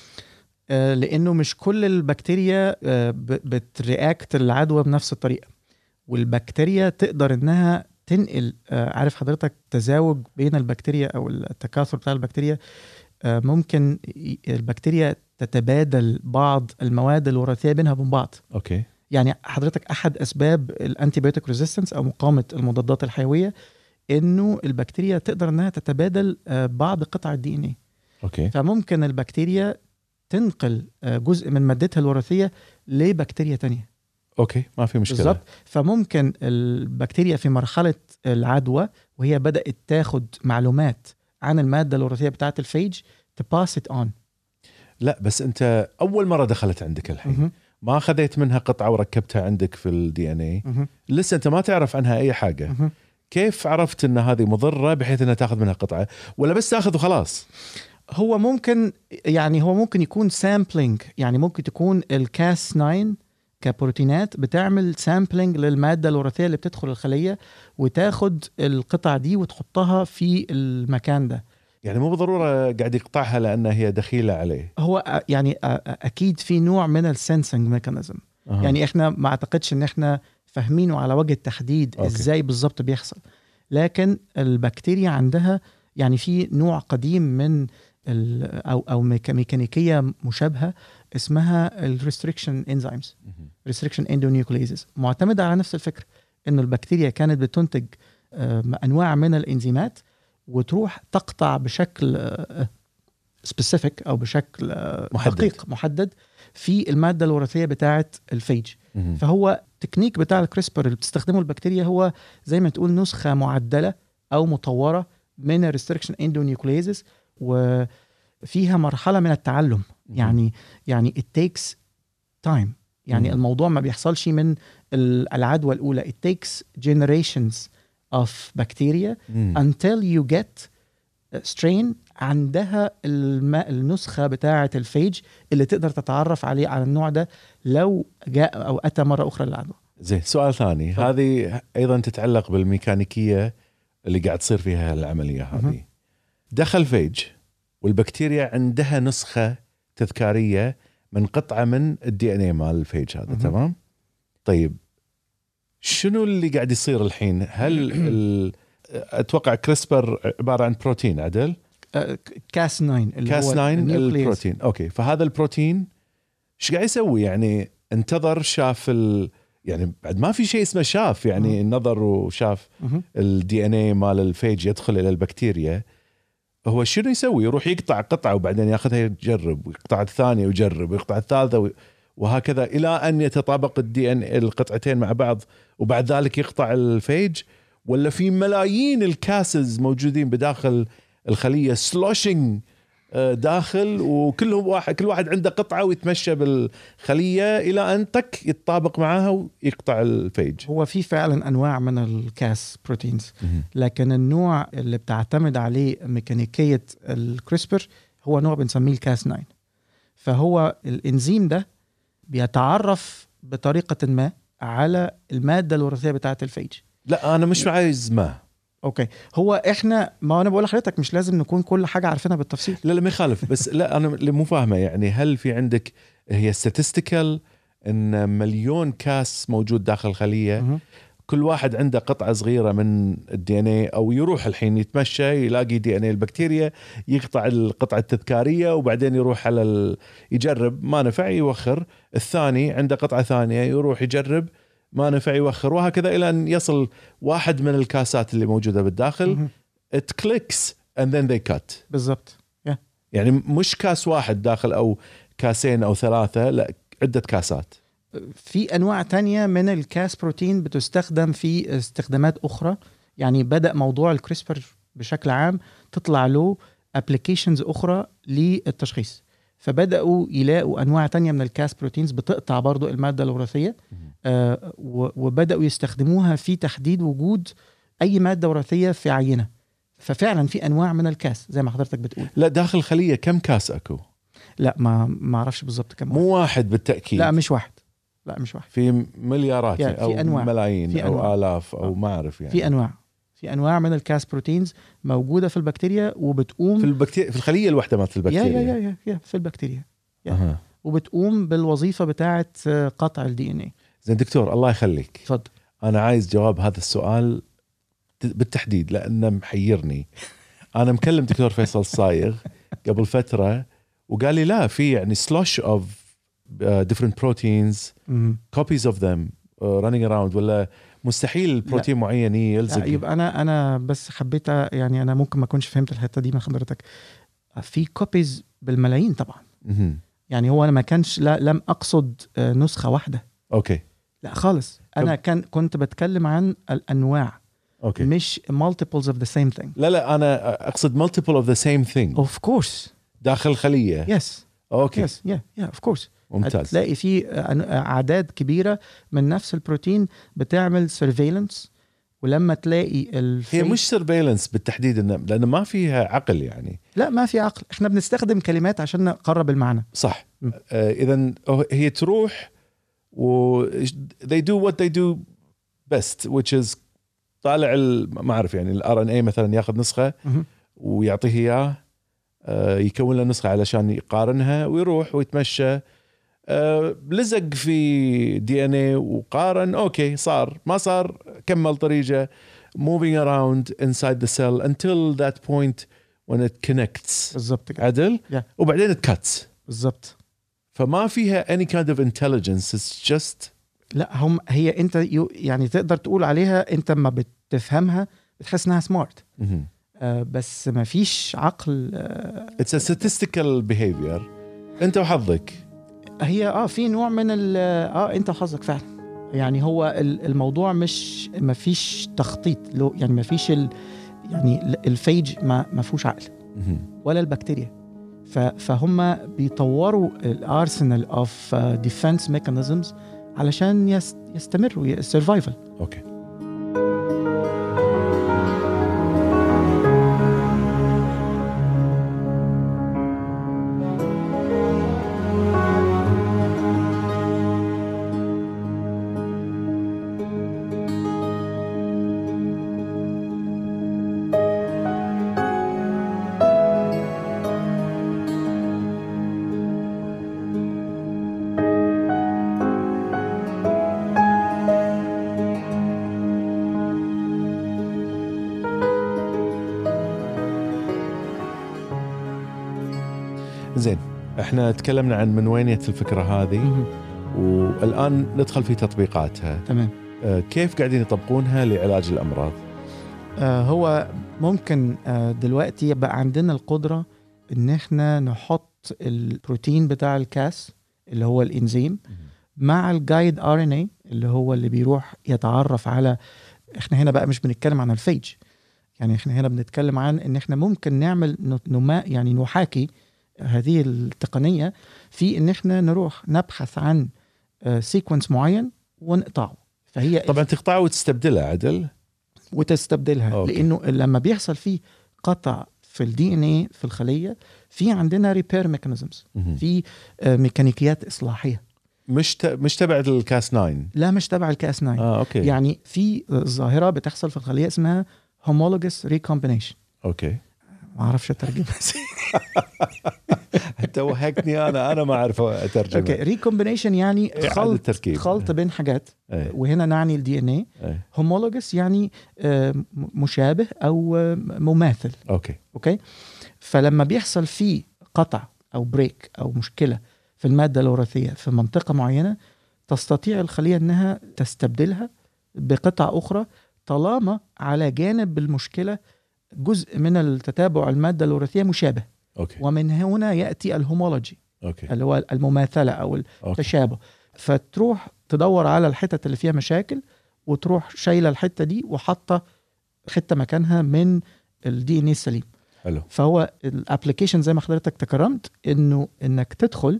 لانه مش كل البكتيريا بترياكت العدوى بنفس الطريقة، والبكتيريا تقدر انها تنقل، عارف حضرتك تزاوج بين البكتيريا او التكاثر بتاع البكتيريا، ممكن البكتيريا تتبادل بعض المواد الوراثية بينها وبين بعض. اوكي. يعني حضرتك احد اسباب الانتيبيوتيك ريزيستنس او مقاومة المضادات الحيوية انه البكتيريا تقدر انها تتبادل بعض قطع الدي ان اي. اوكي. فممكن البكتيريا تنقل جزء من مادتها الوراثية لبكتيريا تانية. اوكي ما في مشكلة. بالضبط. فممكن البكتيريا في مرحلة العدوى وهي بدأت تاخد معلومات عن المادة الوراثية بتاعت الفيج تباس ات اون. لا بس انت اول مرة دخلت عندك الحين ما خذيت منها قطعة وركبتها عندك في الدي ان اي، لسه انت ما تعرف عنها اي حاجة. كيف عرفت ان هذه مضرة بحيث انها تاخذ منها قطعة، ولا بس تاخذ وخلاص؟ هو ممكن يكون سامبلينج، يعني ممكن تكون الكاس 9 كبروتينات بتعمل سامبلينج للمادة الوراثية اللي بتدخل الخلية وتاخد القطع دي وتحطها في المكان ده. يعني مو بالضرورة قاعد يقطعها لأنها هي دخيلة عليه. هو يعني أكيد في نوع من السنسنج ميكانيزم. يعني إحنا ما أعتقدش إن إحنا فاهمينه على وجه التحديد أوكي. ازاي بالظبط بيحصل. لكن البكتيريا عندها يعني في نوع قديم من او ميكانيكيه مشابهه اسمها الريستريكشن انزيمز، ريستريكشن اندونيوكليزز، معتمده على نفس الفكره، انه البكتيريا كانت بتنتج انواع من الانزيمات وتروح تقطع بشكل سبيسيفيك او بشكل دقيق محدد في الماده الوراثيه بتاعه الفيج. فهو التكنيك بتاع الكريسبر اللي بتستخدمه البكتيريا هو زي ما تقول نسخه معدله او مطوره من الريستريكشن اندونيوكليزز، وفيها مرحله من التعلم. يعني it takes time. يعني الموضوع ما بيحصلش من العدوى الاولى. it takes generations of bacteria until you get strain عندها النسخة بتاعة الفيج اللي تقدر تتعرف عليه على النوع ده لو جاء أو أتى مرة أخرى للعدوى. زين، سؤال ثاني. هذه أيضا تتعلق بالميكانيكية اللي قاعد تصير فيها العملية هذه. دخل فيج والبكتيريا عندها نسخة تذكارية من قطعة من الدي ان اي مال الفيج هذا. تمام. طيب شنو اللي قاعد يصير الحين؟ هل اتوقع كريسبر عباره عن بروتين عدل كاس 9 اللي كاس هو 9 النيوكليوس. البروتين. اوكي، فهذا البروتين ايش قاعد يسوي؟ يعني انتظر، شاف يعني بعد ما في شيء اسمه شاف، يعني النظر وشاف الدي ان اي مال الفيج يدخل الى البكتيريا. هو شنو يسوي؟ يروح يقطع قطعه وبعدين ياخذها يجرب، ويقطع الثانيه ويجرب، ويقطع الثالثه وهكذا الى ان يتطابق الدي ان القطعتين مع بعض، وبعد ذلك يقطع الفيج. ولا في ملايين الكاسز موجودين بداخل الخليه سلوشنج داخل، وكلهم كل واحد عنده قطعه ويتمشى بالخليه الى ان تك يتطابق معها ويقطع الفيج. هو في فعلا انواع من الكاس بروتينز، لكن النوع اللي بتعتمد عليه ميكانيكيه الكريسبر هو نوع بنسميه الكاس 9. فهو الانزيم ده بيتعرف بطريقه ما على الماده الوراثيه بتاعه الفيج. لا انا مش عايز ما اوكي، هو احنا ما انا بقول لحضرتك مش لازم نكون كل حاجه عارفينها بالتفصيل. لا ما يخالف، بس لا انا اللي مو فاهمه يعني هل في عندك هي statistical ان مليون كاس موجود داخل الخليه، كل واحد عنده قطعه صغيره من الدي ان اي، او يروح الحين يتمشى يلاقي دي ان اي البكتيريا يقطع القطعه التذكاريه وبعدين يروح على يجرب، ما نفع يوخر، الثاني عنده قطعه ثانيه يروح يجرب ما نفع يوخر، وهكذا الى ان يصل واحد من الكاسات اللي موجوده بالداخل it clicks and then they cut. بالضبط. يعني مش كاس واحد داخل او كاسين او ثلاثه، لا عده كاسات. في انواع تانية من الكاس بروتين بتستخدم في استخدامات اخرى. يعني بدأ موضوع الكريسبر بشكل عام تطلع له ابليكيشنز اخرى للتشخيص، فبدأوا يلاقوا انواع تانية من الكاس بروتينز بتقطع برضو المادة الوراثية، وبدأوا يستخدموها في تحديد وجود اي مادة وراثية في عينة. ففعلا في انواع من الكاس زي ما حضرتك بتقول. لا داخل الخليه كم كاس اكو؟ لا ما اعرفش بالضبط كم. مو واحد بالتاكيد. لا مش واحد. لا مش واحد. في مليارات يعني او في أنواع. ملايين في او أنواع. آلاف او ما اعرف يعني. في انواع من الكاس بروتينز موجوده في البكتيريا وبتقوم في البكتيريا في الخليه الواحده مالت البكتيريا. يا في البكتيريا. وبتقوم بالوظيفه بتاعه قطع الدي ان اي. زين دكتور الله يخليك، تفضل. انا عايز جواب هذا السؤال بالتحديد لانه محيرني. انا مكلم دكتور فيصل الصايغ قبل فتره وقال لي لا في يعني slush of different proteins copies of them running around، ولا مستحيل البروتين معين يلزق. يبقى انا بس حبيت يعني انا ممكن ما اكونش فهمت الحته دي من حضرتك. في كوبيز بالملايين طبعا. يعني هو انا ما كانش لم اقصد نسخه واحده. اوكي لا خالص، انا كنت بتكلم عن الانواع. اوكي مش multiples of the same thing. لا انا اقصد multiple of the same thing. of course. داخل الخليه. yes. اوكي. yes yeah of course. ممتاز. هتلاقي في اعداد كبيره من نفس البروتين بتعمل surveillance، ولما تلاقي هي مش surveillance بالتحديد لأنه ما فيها عقل يعني. لا ما في عقل، احنا بنستخدم كلمات عشان نقرب المعنى. صح. اذا هي تروح و they do what they do best which is طالع ما اعرف يعني الار ان اي مثلا ياخذ نسخه ويعطيه اياه، يكون له نسخه علشان يقارنها ويروح ويتمشى لزق في دي ان اي وقارن اوكي صار ما صار كمل طريقه moving around inside the cell until that point when it connects بالضبط كده. عدل Yeah. وبعدين it cuts. بالضبط. فما فيها any kind of intelligence, it's just لا هي انت يعني تقدر تقول عليها انت ما بتفهمها بتحس انها سمارت. بس ما فيش عقل. it's a statistical behavior. انت وحظك. هي في نوع من انت وحظك فعلا. يعني هو الموضوع مش ما فيش تخطيط له، يعني ما فيش يعني الفيج ما فيهوش عقل ولا البكتيريا. فهم بيطوروا الارسنال اوف ديفنس ميكانيزمز علشان يستمروا السرفايفل. اوكي. زين، احنا تكلمنا عن من وين جت الفكرة هذه والآن ندخل في تطبيقاتها. تمام. كيف قاعدين يطبقونها لعلاج الأمراض؟ هو ممكن دلوقتي يبقى عندنا القدرة ان احنا نحط البروتين بتاع الكاس اللي هو الانزيم مع الجايد RNA اللي هو اللي بيروح يتعرف على. احنا هنا بقى مش بنتكلم عن الفيج، يعني احنا هنا بنتكلم عن ان احنا ممكن نعمل يعني نحاكي هذه التقنية في ان احنا نروح نبحث عن سيكونس معين ونقطعه. فهي طبعا تقطعه وتستبدلها عدل وتستبدلها. أوكي. لانه لما بيحصل فيه قطع في الدي ان اي في الخلية في عندنا ريبير ميكانيزمز، في ميكانيكيات اصلاحية. مش تبع الكاس 9؟ لا مش تبع الكاس 9. أوكي. يعني في ظاهرة بتحصل في الخلية اسمها homologous recombination. اوكي. ما اعرفش اترجمها. انت وهقتني، انا ما اعرف اترجمها. اوكي. ريكومبينيشن يعني خلط بين حاجات. وهنا نعني الدي ان اي. هومولوجس يعني مشابه او مماثل. اوكي. فلما بيحصل فيه قطع او بريك او مشكله في الماده الوراثيه في منطقه معينه، تستطيع الخليه انها تستبدلها بقطع اخرى طالما على جانب المشكله جزء من التتابع المادة الوراثية مشابه. أوكي. ومن هنا يأتي الهومولوجي. أوكي. اللي هو المماثلة أو التشابه. فتروح تدور على الحتة اللي فيها مشاكل وتروح شايلة الحتة دي وحطة حتة مكانها من الدي ان اي السليم. حلو. فهو الابليكيشن زي ما حضرتك تكرمت انك تدخل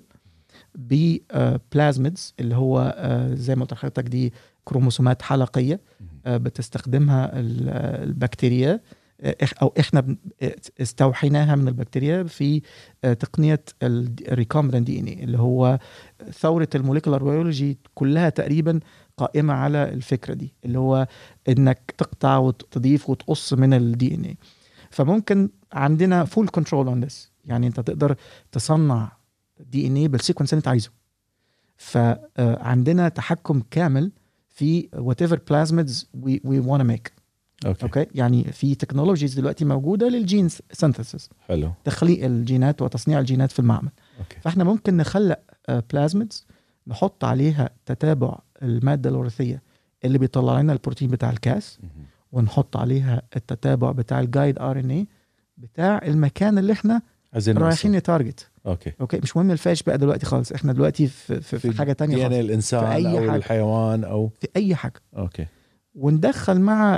ببلازميدز اللي هو زي ما قلت لحضرتك دي كروموسومات حلقية بتستخدمها البكتيريا أو إحنا استوحيناها من البكتيريا في تقنية الريكومبيننت دي ان اي اللي هو ثورة الموليكولار بيولوجي كلها تقريبا قائمة على الفكرة دي، اللي هو إنك تقطع وتضيف وتقص من الدي ان اي. فممكن عندنا فول كنترول اون ذس، يعني أنت تقدر تصنع دي ان اي بالسيكونس اللي أنت عايزه. فعندنا تحكم كامل في whatever plasmids we want to make. اوكي. يعني في تكنولوجيز دلوقتي موجوده للجين سينثيسيس. حلو. تخليق الجينات وتصنيع الجينات في المعمل. أوكي. فاحنا ممكن نخلق بلازميدز نحط عليها تتابع الماده الوراثيه اللي بيطلع لنا البروتين بتاع الكاس، ونحط عليها التتابع بتاع الجايد RNA بتاع المكان اللي احنا رايحين نتارجت. اوكي. مش مهم الفاش بقى دلوقتي خالص، احنا دلوقتي في حاجه تانية خالص، يعني الانسان او حاجة. الحيوان او في اي حاجه. اوكي. وندخل مع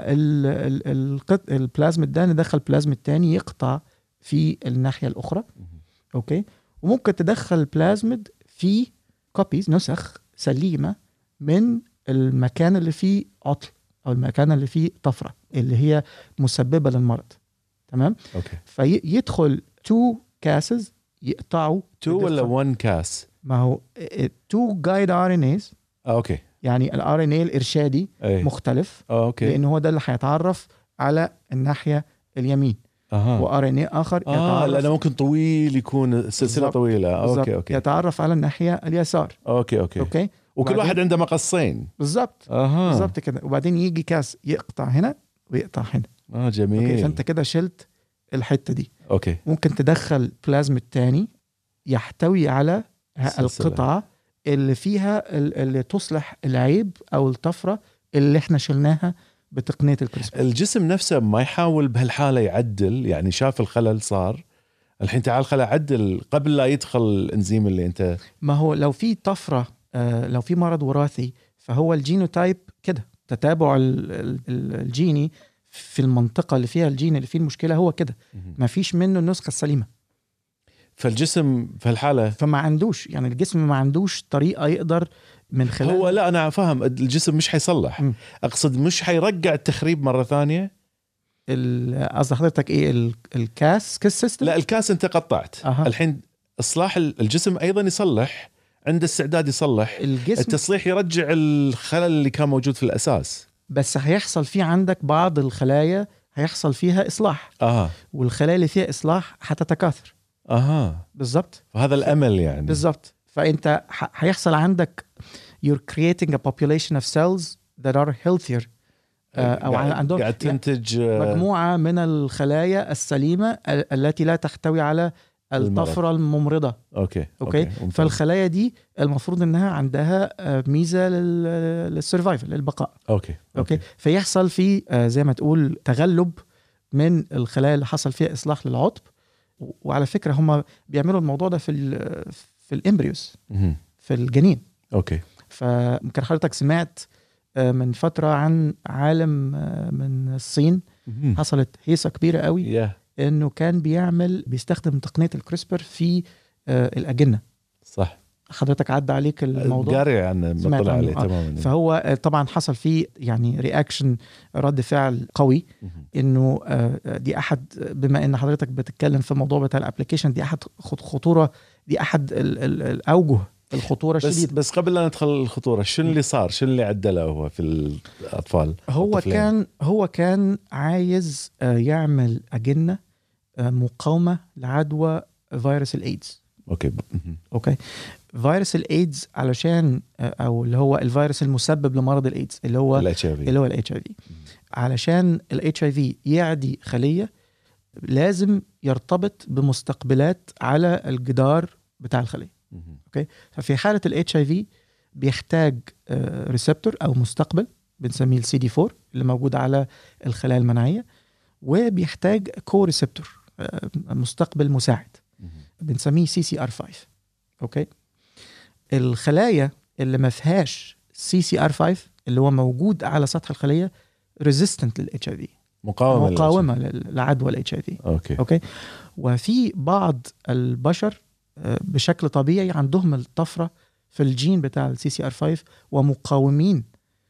البلازميد ده ندخل بلازميد تاني يقطع في الناحية الأخرى. أوكي. وممكن تدخل بلازميد في كوبيز نسخ سليمة من المكان اللي فيه عطل أو المكان اللي فيه طفرة اللي هي مسببة للمرض. تمام. أوكي. فيدخل 2 كاسز يقطعوا 2 ولا 1 كاس؟ ما هو 2 جايد RNAs. أوكي. يعني ال RNA الإرشادي مختلف. أوكي. لأنه هو ده اللي هيتعرف على الناحية اليمين. وار ان اي اخر يتعرف لانه ممكن طويل يكون سلسله طويله. اوكي يتعرف على الناحيه اليسار. اوكي وكل واحد عنده مقصين. بالضبط كده. وبعدين يجي كاس يقطع هنا ويقطع هنا. جميل. فانت كده شلت الحته دي. اوكي. ممكن تدخل بلازما تاني يحتوي على القطعه اللي فيها اللي تصلح العيب او الطفره اللي احنا شلناها بتقنيه الكريسبر. الجسم نفسه ما يحاول بهالحاله يعدل، يعني شاف الخلل صار الحين تعال خلى عدل قبل لا يدخل الانزيم اللي انت. ما هو لو في طفره، لو في مرض وراثي، فهو الجينوتايب كده، تتابع الجيني في المنطقه اللي فيها الجين اللي فيه المشكله هو كده، ما فيش منه النسخه السليمه. فالجسم في الحاله فما عندوش، يعني الجسم ما عندوش طريقه يقدر من خلال. هو لا انا فاهم الجسم مش حيصلح. اقصد مش حيرجع التخريب مره ثانيه. قصد حضرتك ايه؟ الكاس سيستم؟ لا الكاس انت قطعت. الحين اصلاح الجسم ايضا يصلح، عنده استعداد يصلح الجسم. التصليح يرجع الخلل اللي كان موجود في الاساس، بس هيحصل فيه عندك بعض الخلايا هيحصل فيها اصلاح. والخلايا اللي فيها اصلاح هتتكاثر. بالظبط. فهذا الامل يعني. بالظبط. فانت هيحصل عندك you're creating a population of cells that are healthier. او عندهم قاعد تنتج مجموعه من الخلايا السليمه التي لا تحتوي على الطفره الممرضه. اوكي. فالخلايا دي المفروض انها عندها ميزه للسرفايفل، للبقاء. اوكي. فيحصل في زي ما تقول تغلب من الخلايا اللي حصل فيها اصلاح للعضب. وعلى فكره هم بيعملوا الموضوع ده في الامبريوس، في الجنين. اوكي. فممكن حضرتك سمعت من فتره عن عالم من الصين حصلت هيصه كبيره قوي انه كان بيستخدم تقنيه الكريسبر في الاجنه. صح. حضرتك عدى عليك الموضوع؟ قاري عنه، مطلع عليه تماما. فهو طبعا حصل فيه يعني رياكشن، رد فعل قوي. انه دي احد، بما ان حضرتك بتتكلم في الموضوع بتاع الابليكيشن، دي احد خطوره، دي احد الاوجه الخطوره الشديده. بس قبل لا ندخل الخطوره، شنو اللي صار؟ شنو اللي عدله هو في الاطفال؟ هو كان عايز يعمل اجنه مقاومه لعدوى فيروس الايدز. اوكي. فيروس الايدز علشان او اللي هو الفيروس المسبب لمرض الايدز اللي هو الاتش اي في. علشان الاتش اي في يعدي خليه لازم يرتبط بمستقبلات على الجدار بتاع الخليه. اوكي. ففي حاله الاتش اي في بيحتاج ريسبتور او مستقبل بنسميه السي دي 4 اللي موجود على الخلايا المناعيه، وبيحتاج كو ريسبتور مستقبل مساعد بنسميه CCR5. اوكي. الخلايا اللي ما فيهاش CCR5 اللي هو موجود على سطح الخليه ريزيستنت للاتش اي في، مقاومه لعدوى الاتش اي في. اوكي. وفي بعض البشر بشكل طبيعي عندهم الطفره في الجين بتاع CCR5 ومقاومين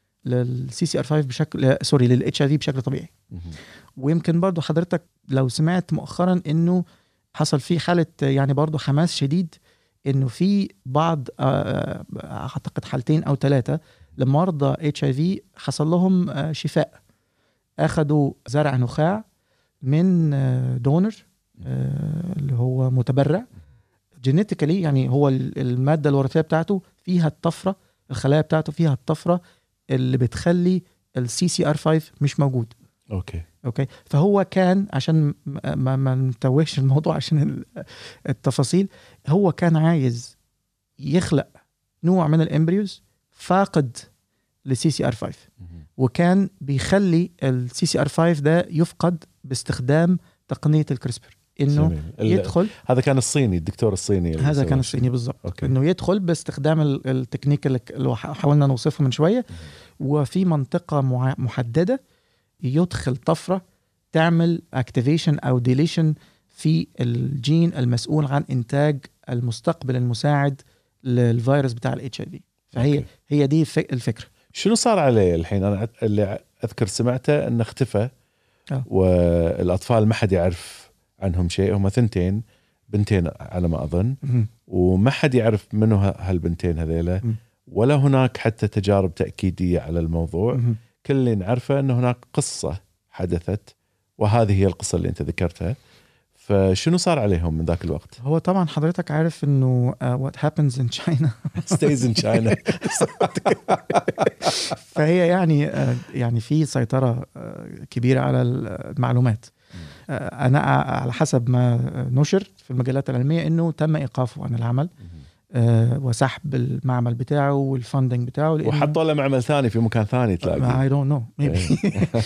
للCCR5 بشكل للاتش اي في بشكل طبيعي. ويمكن برضو حضرتك لو سمعت مؤخرا انه حصل في حالة يعني برضو حماس شديد انه في بعض اعتقد 2 أو 3 لمرضى HIV حصل لهم شفاء. اخذوا زرع نخاع من دونر اللي هو متبرع جينيتيكالي، يعني هو المادة الوراثية بتاعته فيها الطفرة، الخلايا بتاعته فيها الطفرة اللي بتخلي CCR5 مش موجود. اوكي. فهو كان عشان ما نتوهش الموضوع عشان التفاصيل، هو كان عايز يخلق نوع من الامبريوز فاقد لCCR5 وكان بيخلي الCCR5 ده يفقد باستخدام تقنية الكريسبر، انه يدخل. هذا كان الصيني، الدكتور الصيني هذا كان الصيني بالضبط. انه يدخل باستخدام التكنيك اللي حاولنا نوصفه من شوية، وفي منطقة محددة يدخل طفرة تعمل اكتيفيشن او ديليشن في الجين المسؤول عن انتاج المستقبل المساعد للفيروس بتاع الاتش اي في. فهي دي الفكرة. شنو صار عليه الحين؟ انا اللي اذكر سمعته انه اختفى والاطفال ما حد يعرف عنهم شيء. هم 2 بنتين على ما اظن، وما حد يعرف منو هالبنتين هذيلا، ولا هناك حتى تجارب تأكيدية على الموضوع. كل اللي نعرفه أن هناك قصة حدثت وهذه هي القصة اللي أنت ذكرتها. فشنو صار عليهم من ذاك الوقت؟ هو طبعا حضرتك عارف إنه what happens in China stays in China. فهي يعني في سيطرة كبيرة على المعلومات. أنا على حسب ما نشر في المجلات العلمية إنه تم إيقافه عن العمل وسحب المعمل بتاعه والفاندنج بتاعه، وحطوا له معمل ثاني في مكان ثاني تلاقي. I don't know maybe.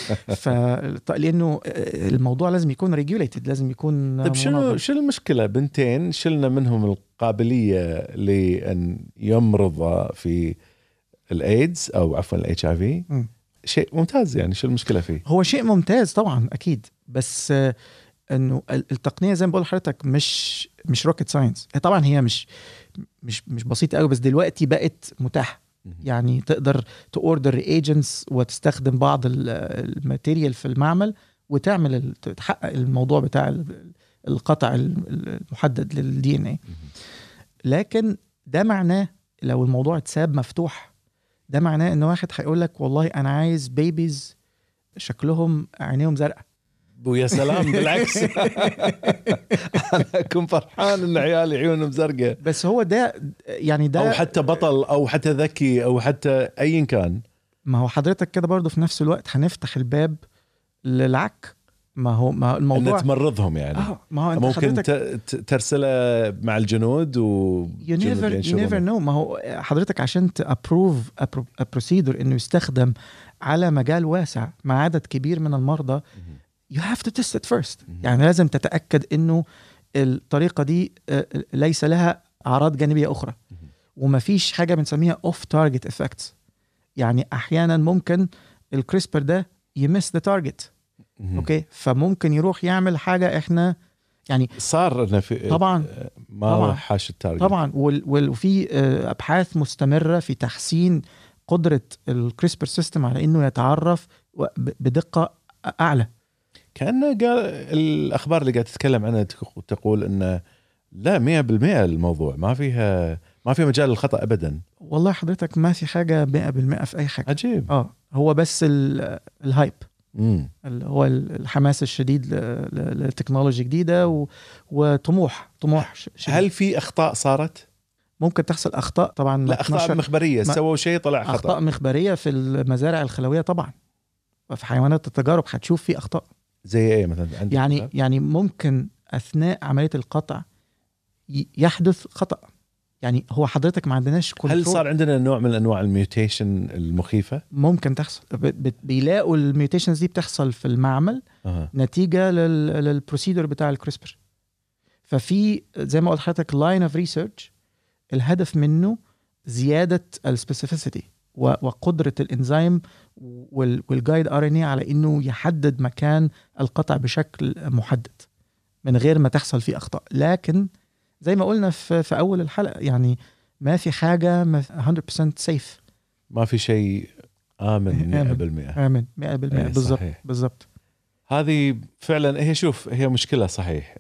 لأنه الموضوع لازم يكون regulated، لازم يكون. طيب شو المشكلة؟ بنتين شلنا منهم القابلية لأن يمرض في الإيدز أو عفوا الاتش اي في. شيء ممتاز يعني، شو المشكلة فيه؟ هو شيء ممتاز طبعا أكيد، بس انه التقنيه زي ما بقول لحضرتك مش روكيت ساينس. طبعا هي مش بسيطه قوي، بس دلوقتي بقت متاحه. يعني تقدر تاوردر رياجنتس وتستخدم بعض الماتيريال في المعمل وتعمل تحقق الموضوع بتاع القطع المحدد للدي ان اي. لكن ده معناه لو الموضوع اتساب مفتوح، ده معناه ان واحد هيقول لك والله انا عايز بيبيز شكلهم عينيهم زرقاء، ويا سلام بالعكس. أنا أكون فرحان إن عيالي عيونهم زرقاء. بس هو ده يعني ده أو حتى بطل أو حتى ذكي أو حتى أي كان. ما هو حضرتك كده برضو في نفس الوقت هنفتح الباب للعك. ما الموضوع إن تمرضهم يعني. ما هو أنت ممكن ترسله مع الجنود you never know. ما هو حضرتك عشان تأبروف بروسيدور إنه يستخدم على مجال واسع مع عدد كبير من المرضى، you have to test it first. يعني لازم تتأكد إنه الطريقة دي ليس لها أعراض جانبية أخرى، وما فيش حاجة بنسميها off target effects. يعني أحيانا ممكن الكريسبر ده يمس the target. أوكي، فممكن يروح يعمل حاجة إحنا يعني صار لنا في طبعا ما حاش التارجت طبعا. وفي أبحاث مستمرة في تحسين قدرة الكريسبر سيستم على إنه يتعرف بدقة أعلى. كان قال الأخبار اللي قاعد تتكلم عنها تقول إنه لا 100% الموضوع ما فيها مجال للخطأ أبدا. والله حضرتك ما في حاجة 100% في أي حاجة. عجيب. هو بس الهايب، اللي هو الحماس الشديد لتكنولوجيا جديدة وطموح شديد. هل في أخطاء صارت؟ ممكن تحصل أخطاء طبعا. لا أخطاء مخبرية سووا شيء طلع خطأ. أخطاء مخبرية في المزارع الخلوية طبعا، في حيوانات التجارب هتشوف في أخطاء. زي ايه مثلا؟ يعني ممكن اثناء عمليه القطع يحدث خطا. يعني هو حضرتك ما عندناش كنترول. هل صار عندنا نوع من انواع الميوتيشن المخيفه؟ ممكن تحصل. بيلاقوا الميوتيشنز دي بتحصل في المعمل نتيجه للبروسيدور بتاع الكريسبر. ففي زي ما قلت لحضرتك لاين اوف ريسيرش، الهدف منه زياده السبيسيفيسيتي وقدرة الإنزيم والجايد RNA على إنه يحدد مكان القطع بشكل محدد من غير ما تحصل فيه أخطاء. لكن زي ما قلنا في أول الحلقة، يعني ما في حاجة 100% سيف. ما في شيء آمن 100%. آمن 100% بالضبط. هذه فعلا هي مشكلة صحيح.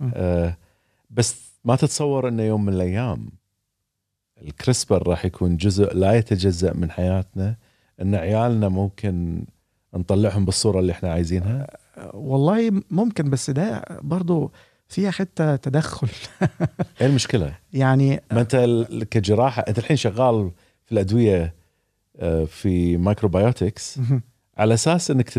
بس ما تتصور إنه يوم من الأيام الكريسبر راح يكون جزء لا يتجزأ من حياتنا، ان عيالنا ممكن نطلعهم بالصورة اللي احنا عايزينها؟ والله ممكن، بس ده برضو فيها حتى تدخل. ايه المشكلة؟ يعني ما انت كجراحة انت الحين شغال في الأدوية في مايكروبيوتكس على اساس انك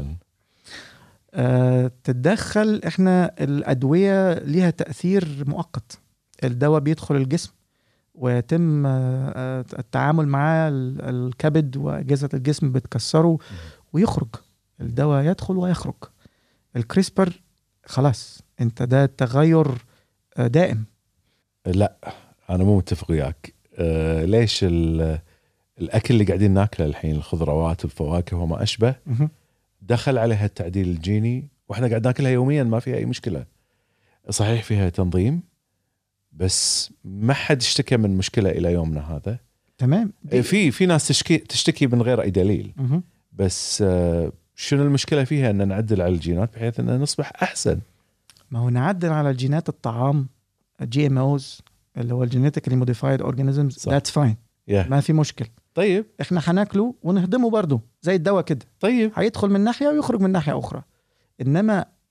تتدخل. احنا الأدوية ليها تأثير مؤقت. الدواء بيدخل الجسم ويتم التعامل معاه، الكبد وأجهزة الجسم بتكسره ويخرج. الدواء يدخل ويخرج. الكريسبر خلاص انت ده تغير دائم. لا انا مو متفق وياك. ليش الاكل اللي قاعدين ناكله الحين، الخضروات والفواكه وما اشبه، دخل عليها التعديل الجيني واحنا قاعد ناكلها يوميا ما فيها اي مشكلة. صحيح فيها تنظيم، بس ما حد اشتكى من مشكلة إلى يومنا هذا. تمام. في ناس تشتكي من غير أي دليل. بس شنو المشكلة فيها أن نعدل على الجينات بحيث أن نصبح أحسن؟ ما هو نعدل على الجينات الطعام GMOs اللي هو Genetically Modified Organisms. That's fine. ما في مشكلة. طيب احنا هناكله ونهضمه برضو زي الدواء كده. طيب هيدخل من ناحية ويخرج من ناحية أخرى. إنما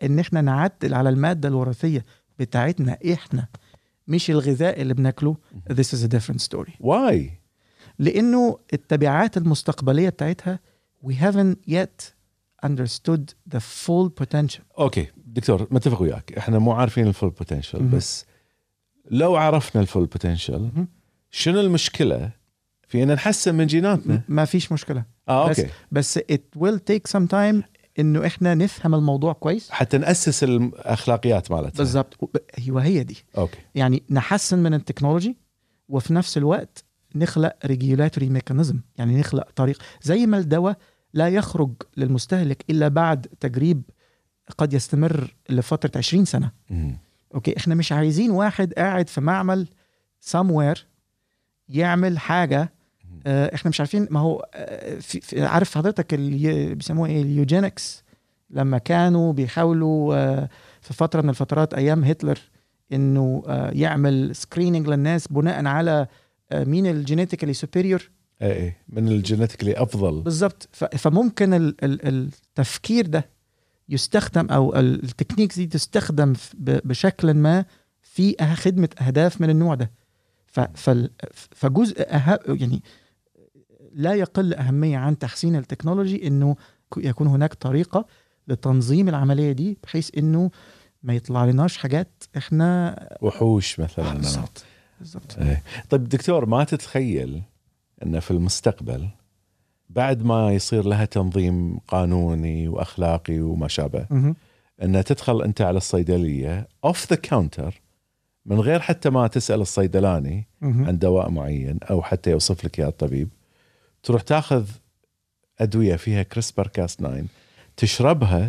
ان احنا نعدل على المادة الوراثية بتاعتنا احنا، مش الغذاء اللي بناكله. This is a different story. Why؟ لانه التبعات المستقبلية بتاعتها we haven't yet understood the full potential. اوكي دكتور، متفق وياك، احنا مو عارفين الفول بوتنشل، بس لو عرفنا الفول بوتنشل شنو المشكلة في ان نحسن من جيناتنا؟ ما فيش مشكلة. اوكي، بس it will take some time انه احنا نفهم الموضوع كويس حتى نأسس الاخلاقيات مالتها. بالضبط، هي دي. اوكي، يعني نحسن من التكنولوجي وفي نفس الوقت نخلق ريجولاتوري ميكانيزم، يعني نخلق طريق زي ما الدواء لا يخرج للمستهلك الا بعد تجريب قد يستمر لفترة 20 سنة. اوكي، احنا مش عايزين واحد قاعد في معمل somewhere يعمل حاجة احنا مش عارفين. ما هو عارف حضرتك اللي بيسموه ايه، اليوجينكس، لما كانوا بيحاولوا في فترة من الفترات ايام هتلر انه يعمل سكرينينج للناس بناء على مين الجينيتيكالي سوبيريور، ايه من الجينيتيكالي افضل بالضبط. فممكن التفكير ده يستخدم او التكنيكس دي تستخدم بشكل ما في خدمة اهداف من النوع ده. فجزء يعني لا يقل أهمية عن تحسين التكنولوجي إنه يكون هناك طريقة لتنظيم العملية دي بحيث إنه ما يطلع لناش حاجات إحنا وحوش مثلا. بالضبط. طيب دكتور، ما تتخيل أن في المستقبل بعد ما يصير لها تنظيم قانوني وأخلاقي وما شابه، أن تدخل أنت على الصيدلية off the counter من غير حتى ما تسأل الصيدلاني عن دواء معين أو حتى يوصف لك يا الطبيب، تروح تاخذ أدوية فيها كريسبر كاس 9 تشربها.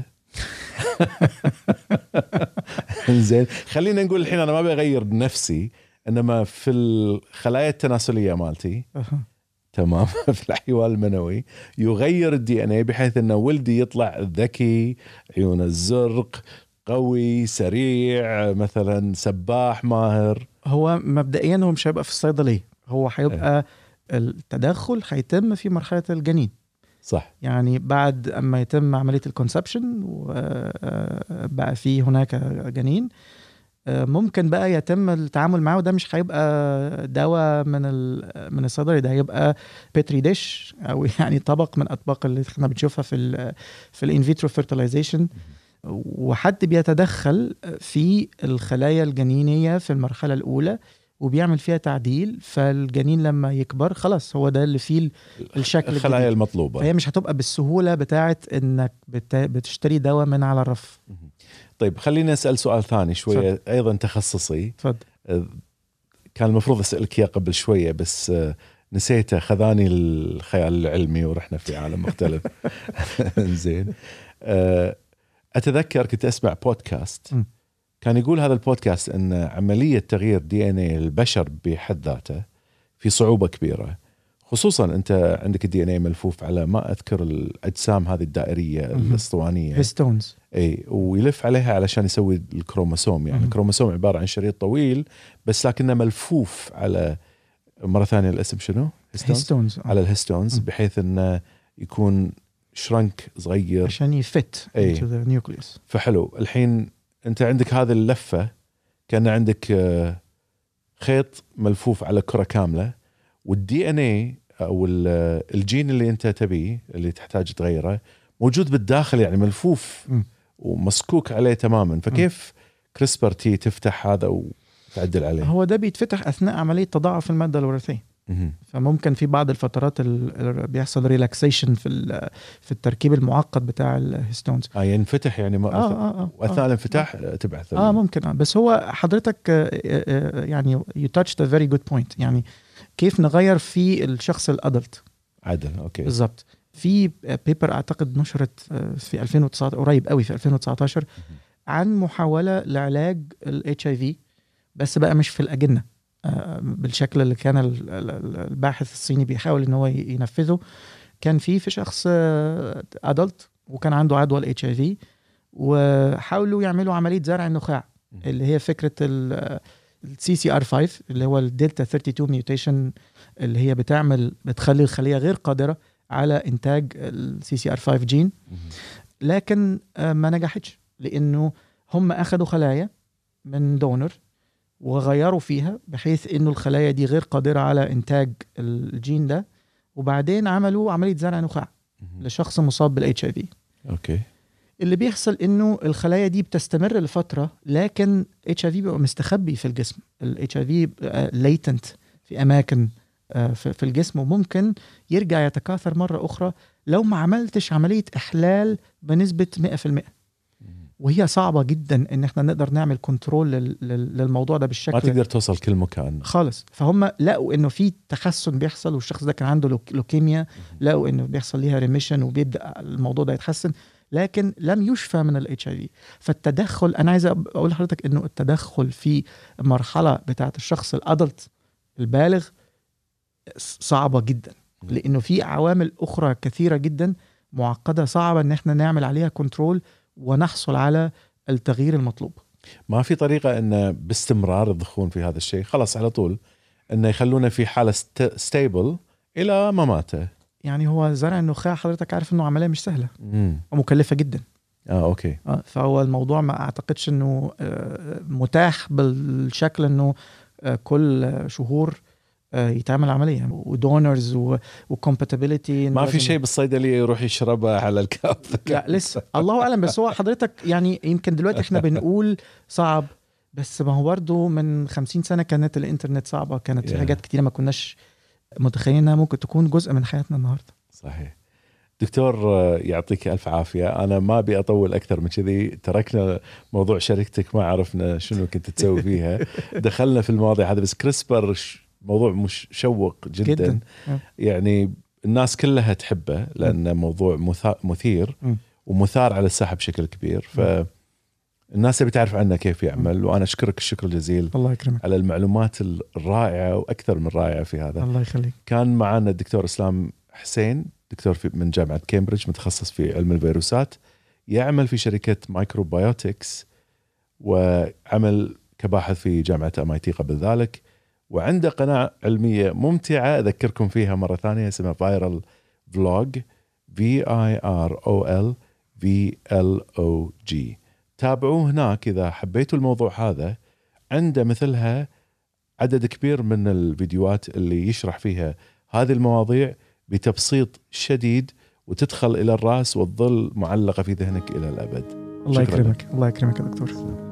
زين، خلينا نقول الحين أنا ما بغير نفسي، إنما في الخلايا التناسلية مالتي تمام في الحيوان المنوي يغير الدي ان اي بحيث إنه ولدي يطلع ذكي، عيونه الزرق، قوي، سريع، مثلا سباح ماهر. هو مبدئيا هو مش هيبقى في الصيدلية، هو هيبقى التدخل هيتم في مرحلة الجنين. صح، يعني بعد أما يتم عملية الكونسبشن وبقى في هناك جنين، ممكن بقى يتم التعامل معه. وده مش هيبقى دواء من الصيدلية، ده هيبقى بيتري ديش أو يعني طبق من أطباق اللي احنا بنشوفها في الانفيترو فيرتلايزيشن، وحد بيتدخل في الخلايا الجنينية في المرحلة الأولى وبيعمل فيها تعديل، فالجنين لما يكبر خلاص هو ده اللي فيه الشكل الخلايا المطلوبة. فهي مش هتبقى بالسهولة بتاعت انك بتشتري دواء من على الرف. طيب خليني أسأل سؤال ثاني شوية أيضا تخصصي. تفضل. كان المفروض أسألك إياه قبل شوية بس نسيته، خذاني الخيال العلمي ورحنا في عالم مختلف. زين، أتذكر كنت أسمع بودكاست كان يقول هذا البودكاست أن عملية تغيير دي ان اي البشر بحد ذاته في صعوبة كبيرة، خصوصا أنت عندك الدي ان اي ملفوف على ما أذكر الأجسام هذه الدائرية الأسطوانية هيستونز، أي، ويلف عليها علشان يسوي الكروموسوم. يعني الكروموسوم عبارة عن شريط طويل بس لكنه ملفوف على، مرة ثانية الاسم شنو؟ هيستونز. على الهيستونز بحيث أنه يكون شرنك صغير عشان يفت into the nucleus. فحلو. الحين أنت عندك هذه اللفة كان عندك خيط ملفوف على كرة كاملة، والدي ان اي أو الجين اللي أنت تبيه اللي تحتاج تغيره موجود بالداخل، يعني ملفوف ومسكوك عليه تماما. فكيف كريسبر تي تفتح هذا وتعدل عليه؟ هو ده بيتفتح أثناء عملية تضاعف المادة الوراثية. فممكن في بعض الفترات بيحصل ريلاكسيشن في التركيب المعقد بتاع الهيستونز. ينفتح يعني واثناء الانفتاح تبعث ممكن. بس هو حضرتك يعني you touched a very good point. يعني كيف نغير في الشخص الادلت عدل. اوكي بالضبط. في بيبر اعتقد نشرت في 2019 قريب قوي في 2019 عن محاولة لعلاج الاتش اي في، بس بقى مش في الأجنة بالشكل اللي كان الباحث الصيني بيحاول ان هو ينفذه. كان في شخص ادلت وكان عنده عدوى الاتش اي في، وحاولوا يعملوا عمليه زرع النخاع اللي هي فكره السي سي ار 5 اللي هو الدلتا 32 ميوتيشن، اللي هي بتخلي الخليه غير قادره على انتاج السي سي ار 5 جين. لكن ما نجحتش. لأنه هم أخذوا خلايا من دونر وغيروا فيها بحيث إنه الخلايا دي غير قادرة على إنتاج الجين ده، وبعدين عملوا عملية زرع نخاع لشخص مصاب بالاتش اي في. اوكي. اللي بيحصل انه الخلايا دي بتستمر لفتره، لكن اتش اي في بيبقى مستخبي في الجسم. الاتش اي في ليتنت في اماكن في الجسم، وممكن يرجع يتكاثر مره اخرى لو ما عملتش عمليه احلال بنسبه 100%. وهي صعبه جدا ان احنا نقدر نعمل كنترول للموضوع ده بالشكل، ما تقدر توصل كل مكان خالص. فهم لقوا انه في تحسن بيحصل، والشخص ده كان عنده لوكيميا، لقوا انه بيحصل ليها ريميشن وبيبدا الموضوع ده يتحسن، لكن لم يشفى من الاتش اي في. فالتدخل، انا عايز اقول لحضرتك انه التدخل في المرحله بتاعه الشخص الادلت البالغ صعبه جدا، لانه في عوامل اخرى كثيره جدا معقده صعبه ان احنا نعمل عليها كنترول ونحصل على التغيير المطلوب. ما في طريقه ان باستمرار يضخون في هذا الشيء خلاص على طول انه يخلونه في حاله ستيبل الى مماته؟ يعني هو زرع النخاع حضرتك عارف انه عمليه مش سهله ومكلفه جدا. اوكي. فهو الموضوع ما اعتقدش انه متاح بالشكل انه كل شهور يتعمل عمليه ودونرز وكومباتيبيليتي. ما في شيء بالصيدليه يروح يشربها على الكاف؟ لا لسه، الله اعلم. بس هو حضرتك يعني يمكن دلوقتي احنا بنقول صعب، بس ما هو برضه من 50 سنه كانت الانترنت صعبه، كانت في حاجات كتيره ما كناش متخيلين انها ممكن تكون جزء من حياتنا النهارده. صحيح. دكتور يعطيك الف عافيه. انا ما ابي اطول اكثر من كذي، تركنا موضوع شركتك ما عرفنا شنو كنت تسوي فيها دخلنا في المواضيع هذا، بس كريسبر موضوع مشوق جدا. يعني الناس كلها تحبه لأنه موضوع مثير ومثار على الساحة بشكل كبير، فالناس تبي تعرف عنه كيف يعمل. وأنا أشكرك الشكر الجزيل الله يكرمك على المعلومات الرائعة وأكثر من رائعة في هذا. الله يخليك. كان معنا الدكتور إسلام حسين، دكتور من جامعة كامبريدج، متخصص في علم الفيروسات، يعمل في شركة مايكروبيوتكس وعمل كباحث في جامعة MIT قبل ذلك، وعنده قناة علمية ممتعة أذكركم فيها مرة ثانية اسمها فايرال فلوج VIRAL تابعوه هناك إذا حبيتوا الموضوع هذا. عنده مثلها عدد كبير من الفيديوهات اللي يشرح فيها هذه المواضيع بتبسيط شديد، وتدخل إلى الرأس وتظل معلقة في ذهنك إلى الأبد. الله يكرمك. الله يكرمك يا دكتور.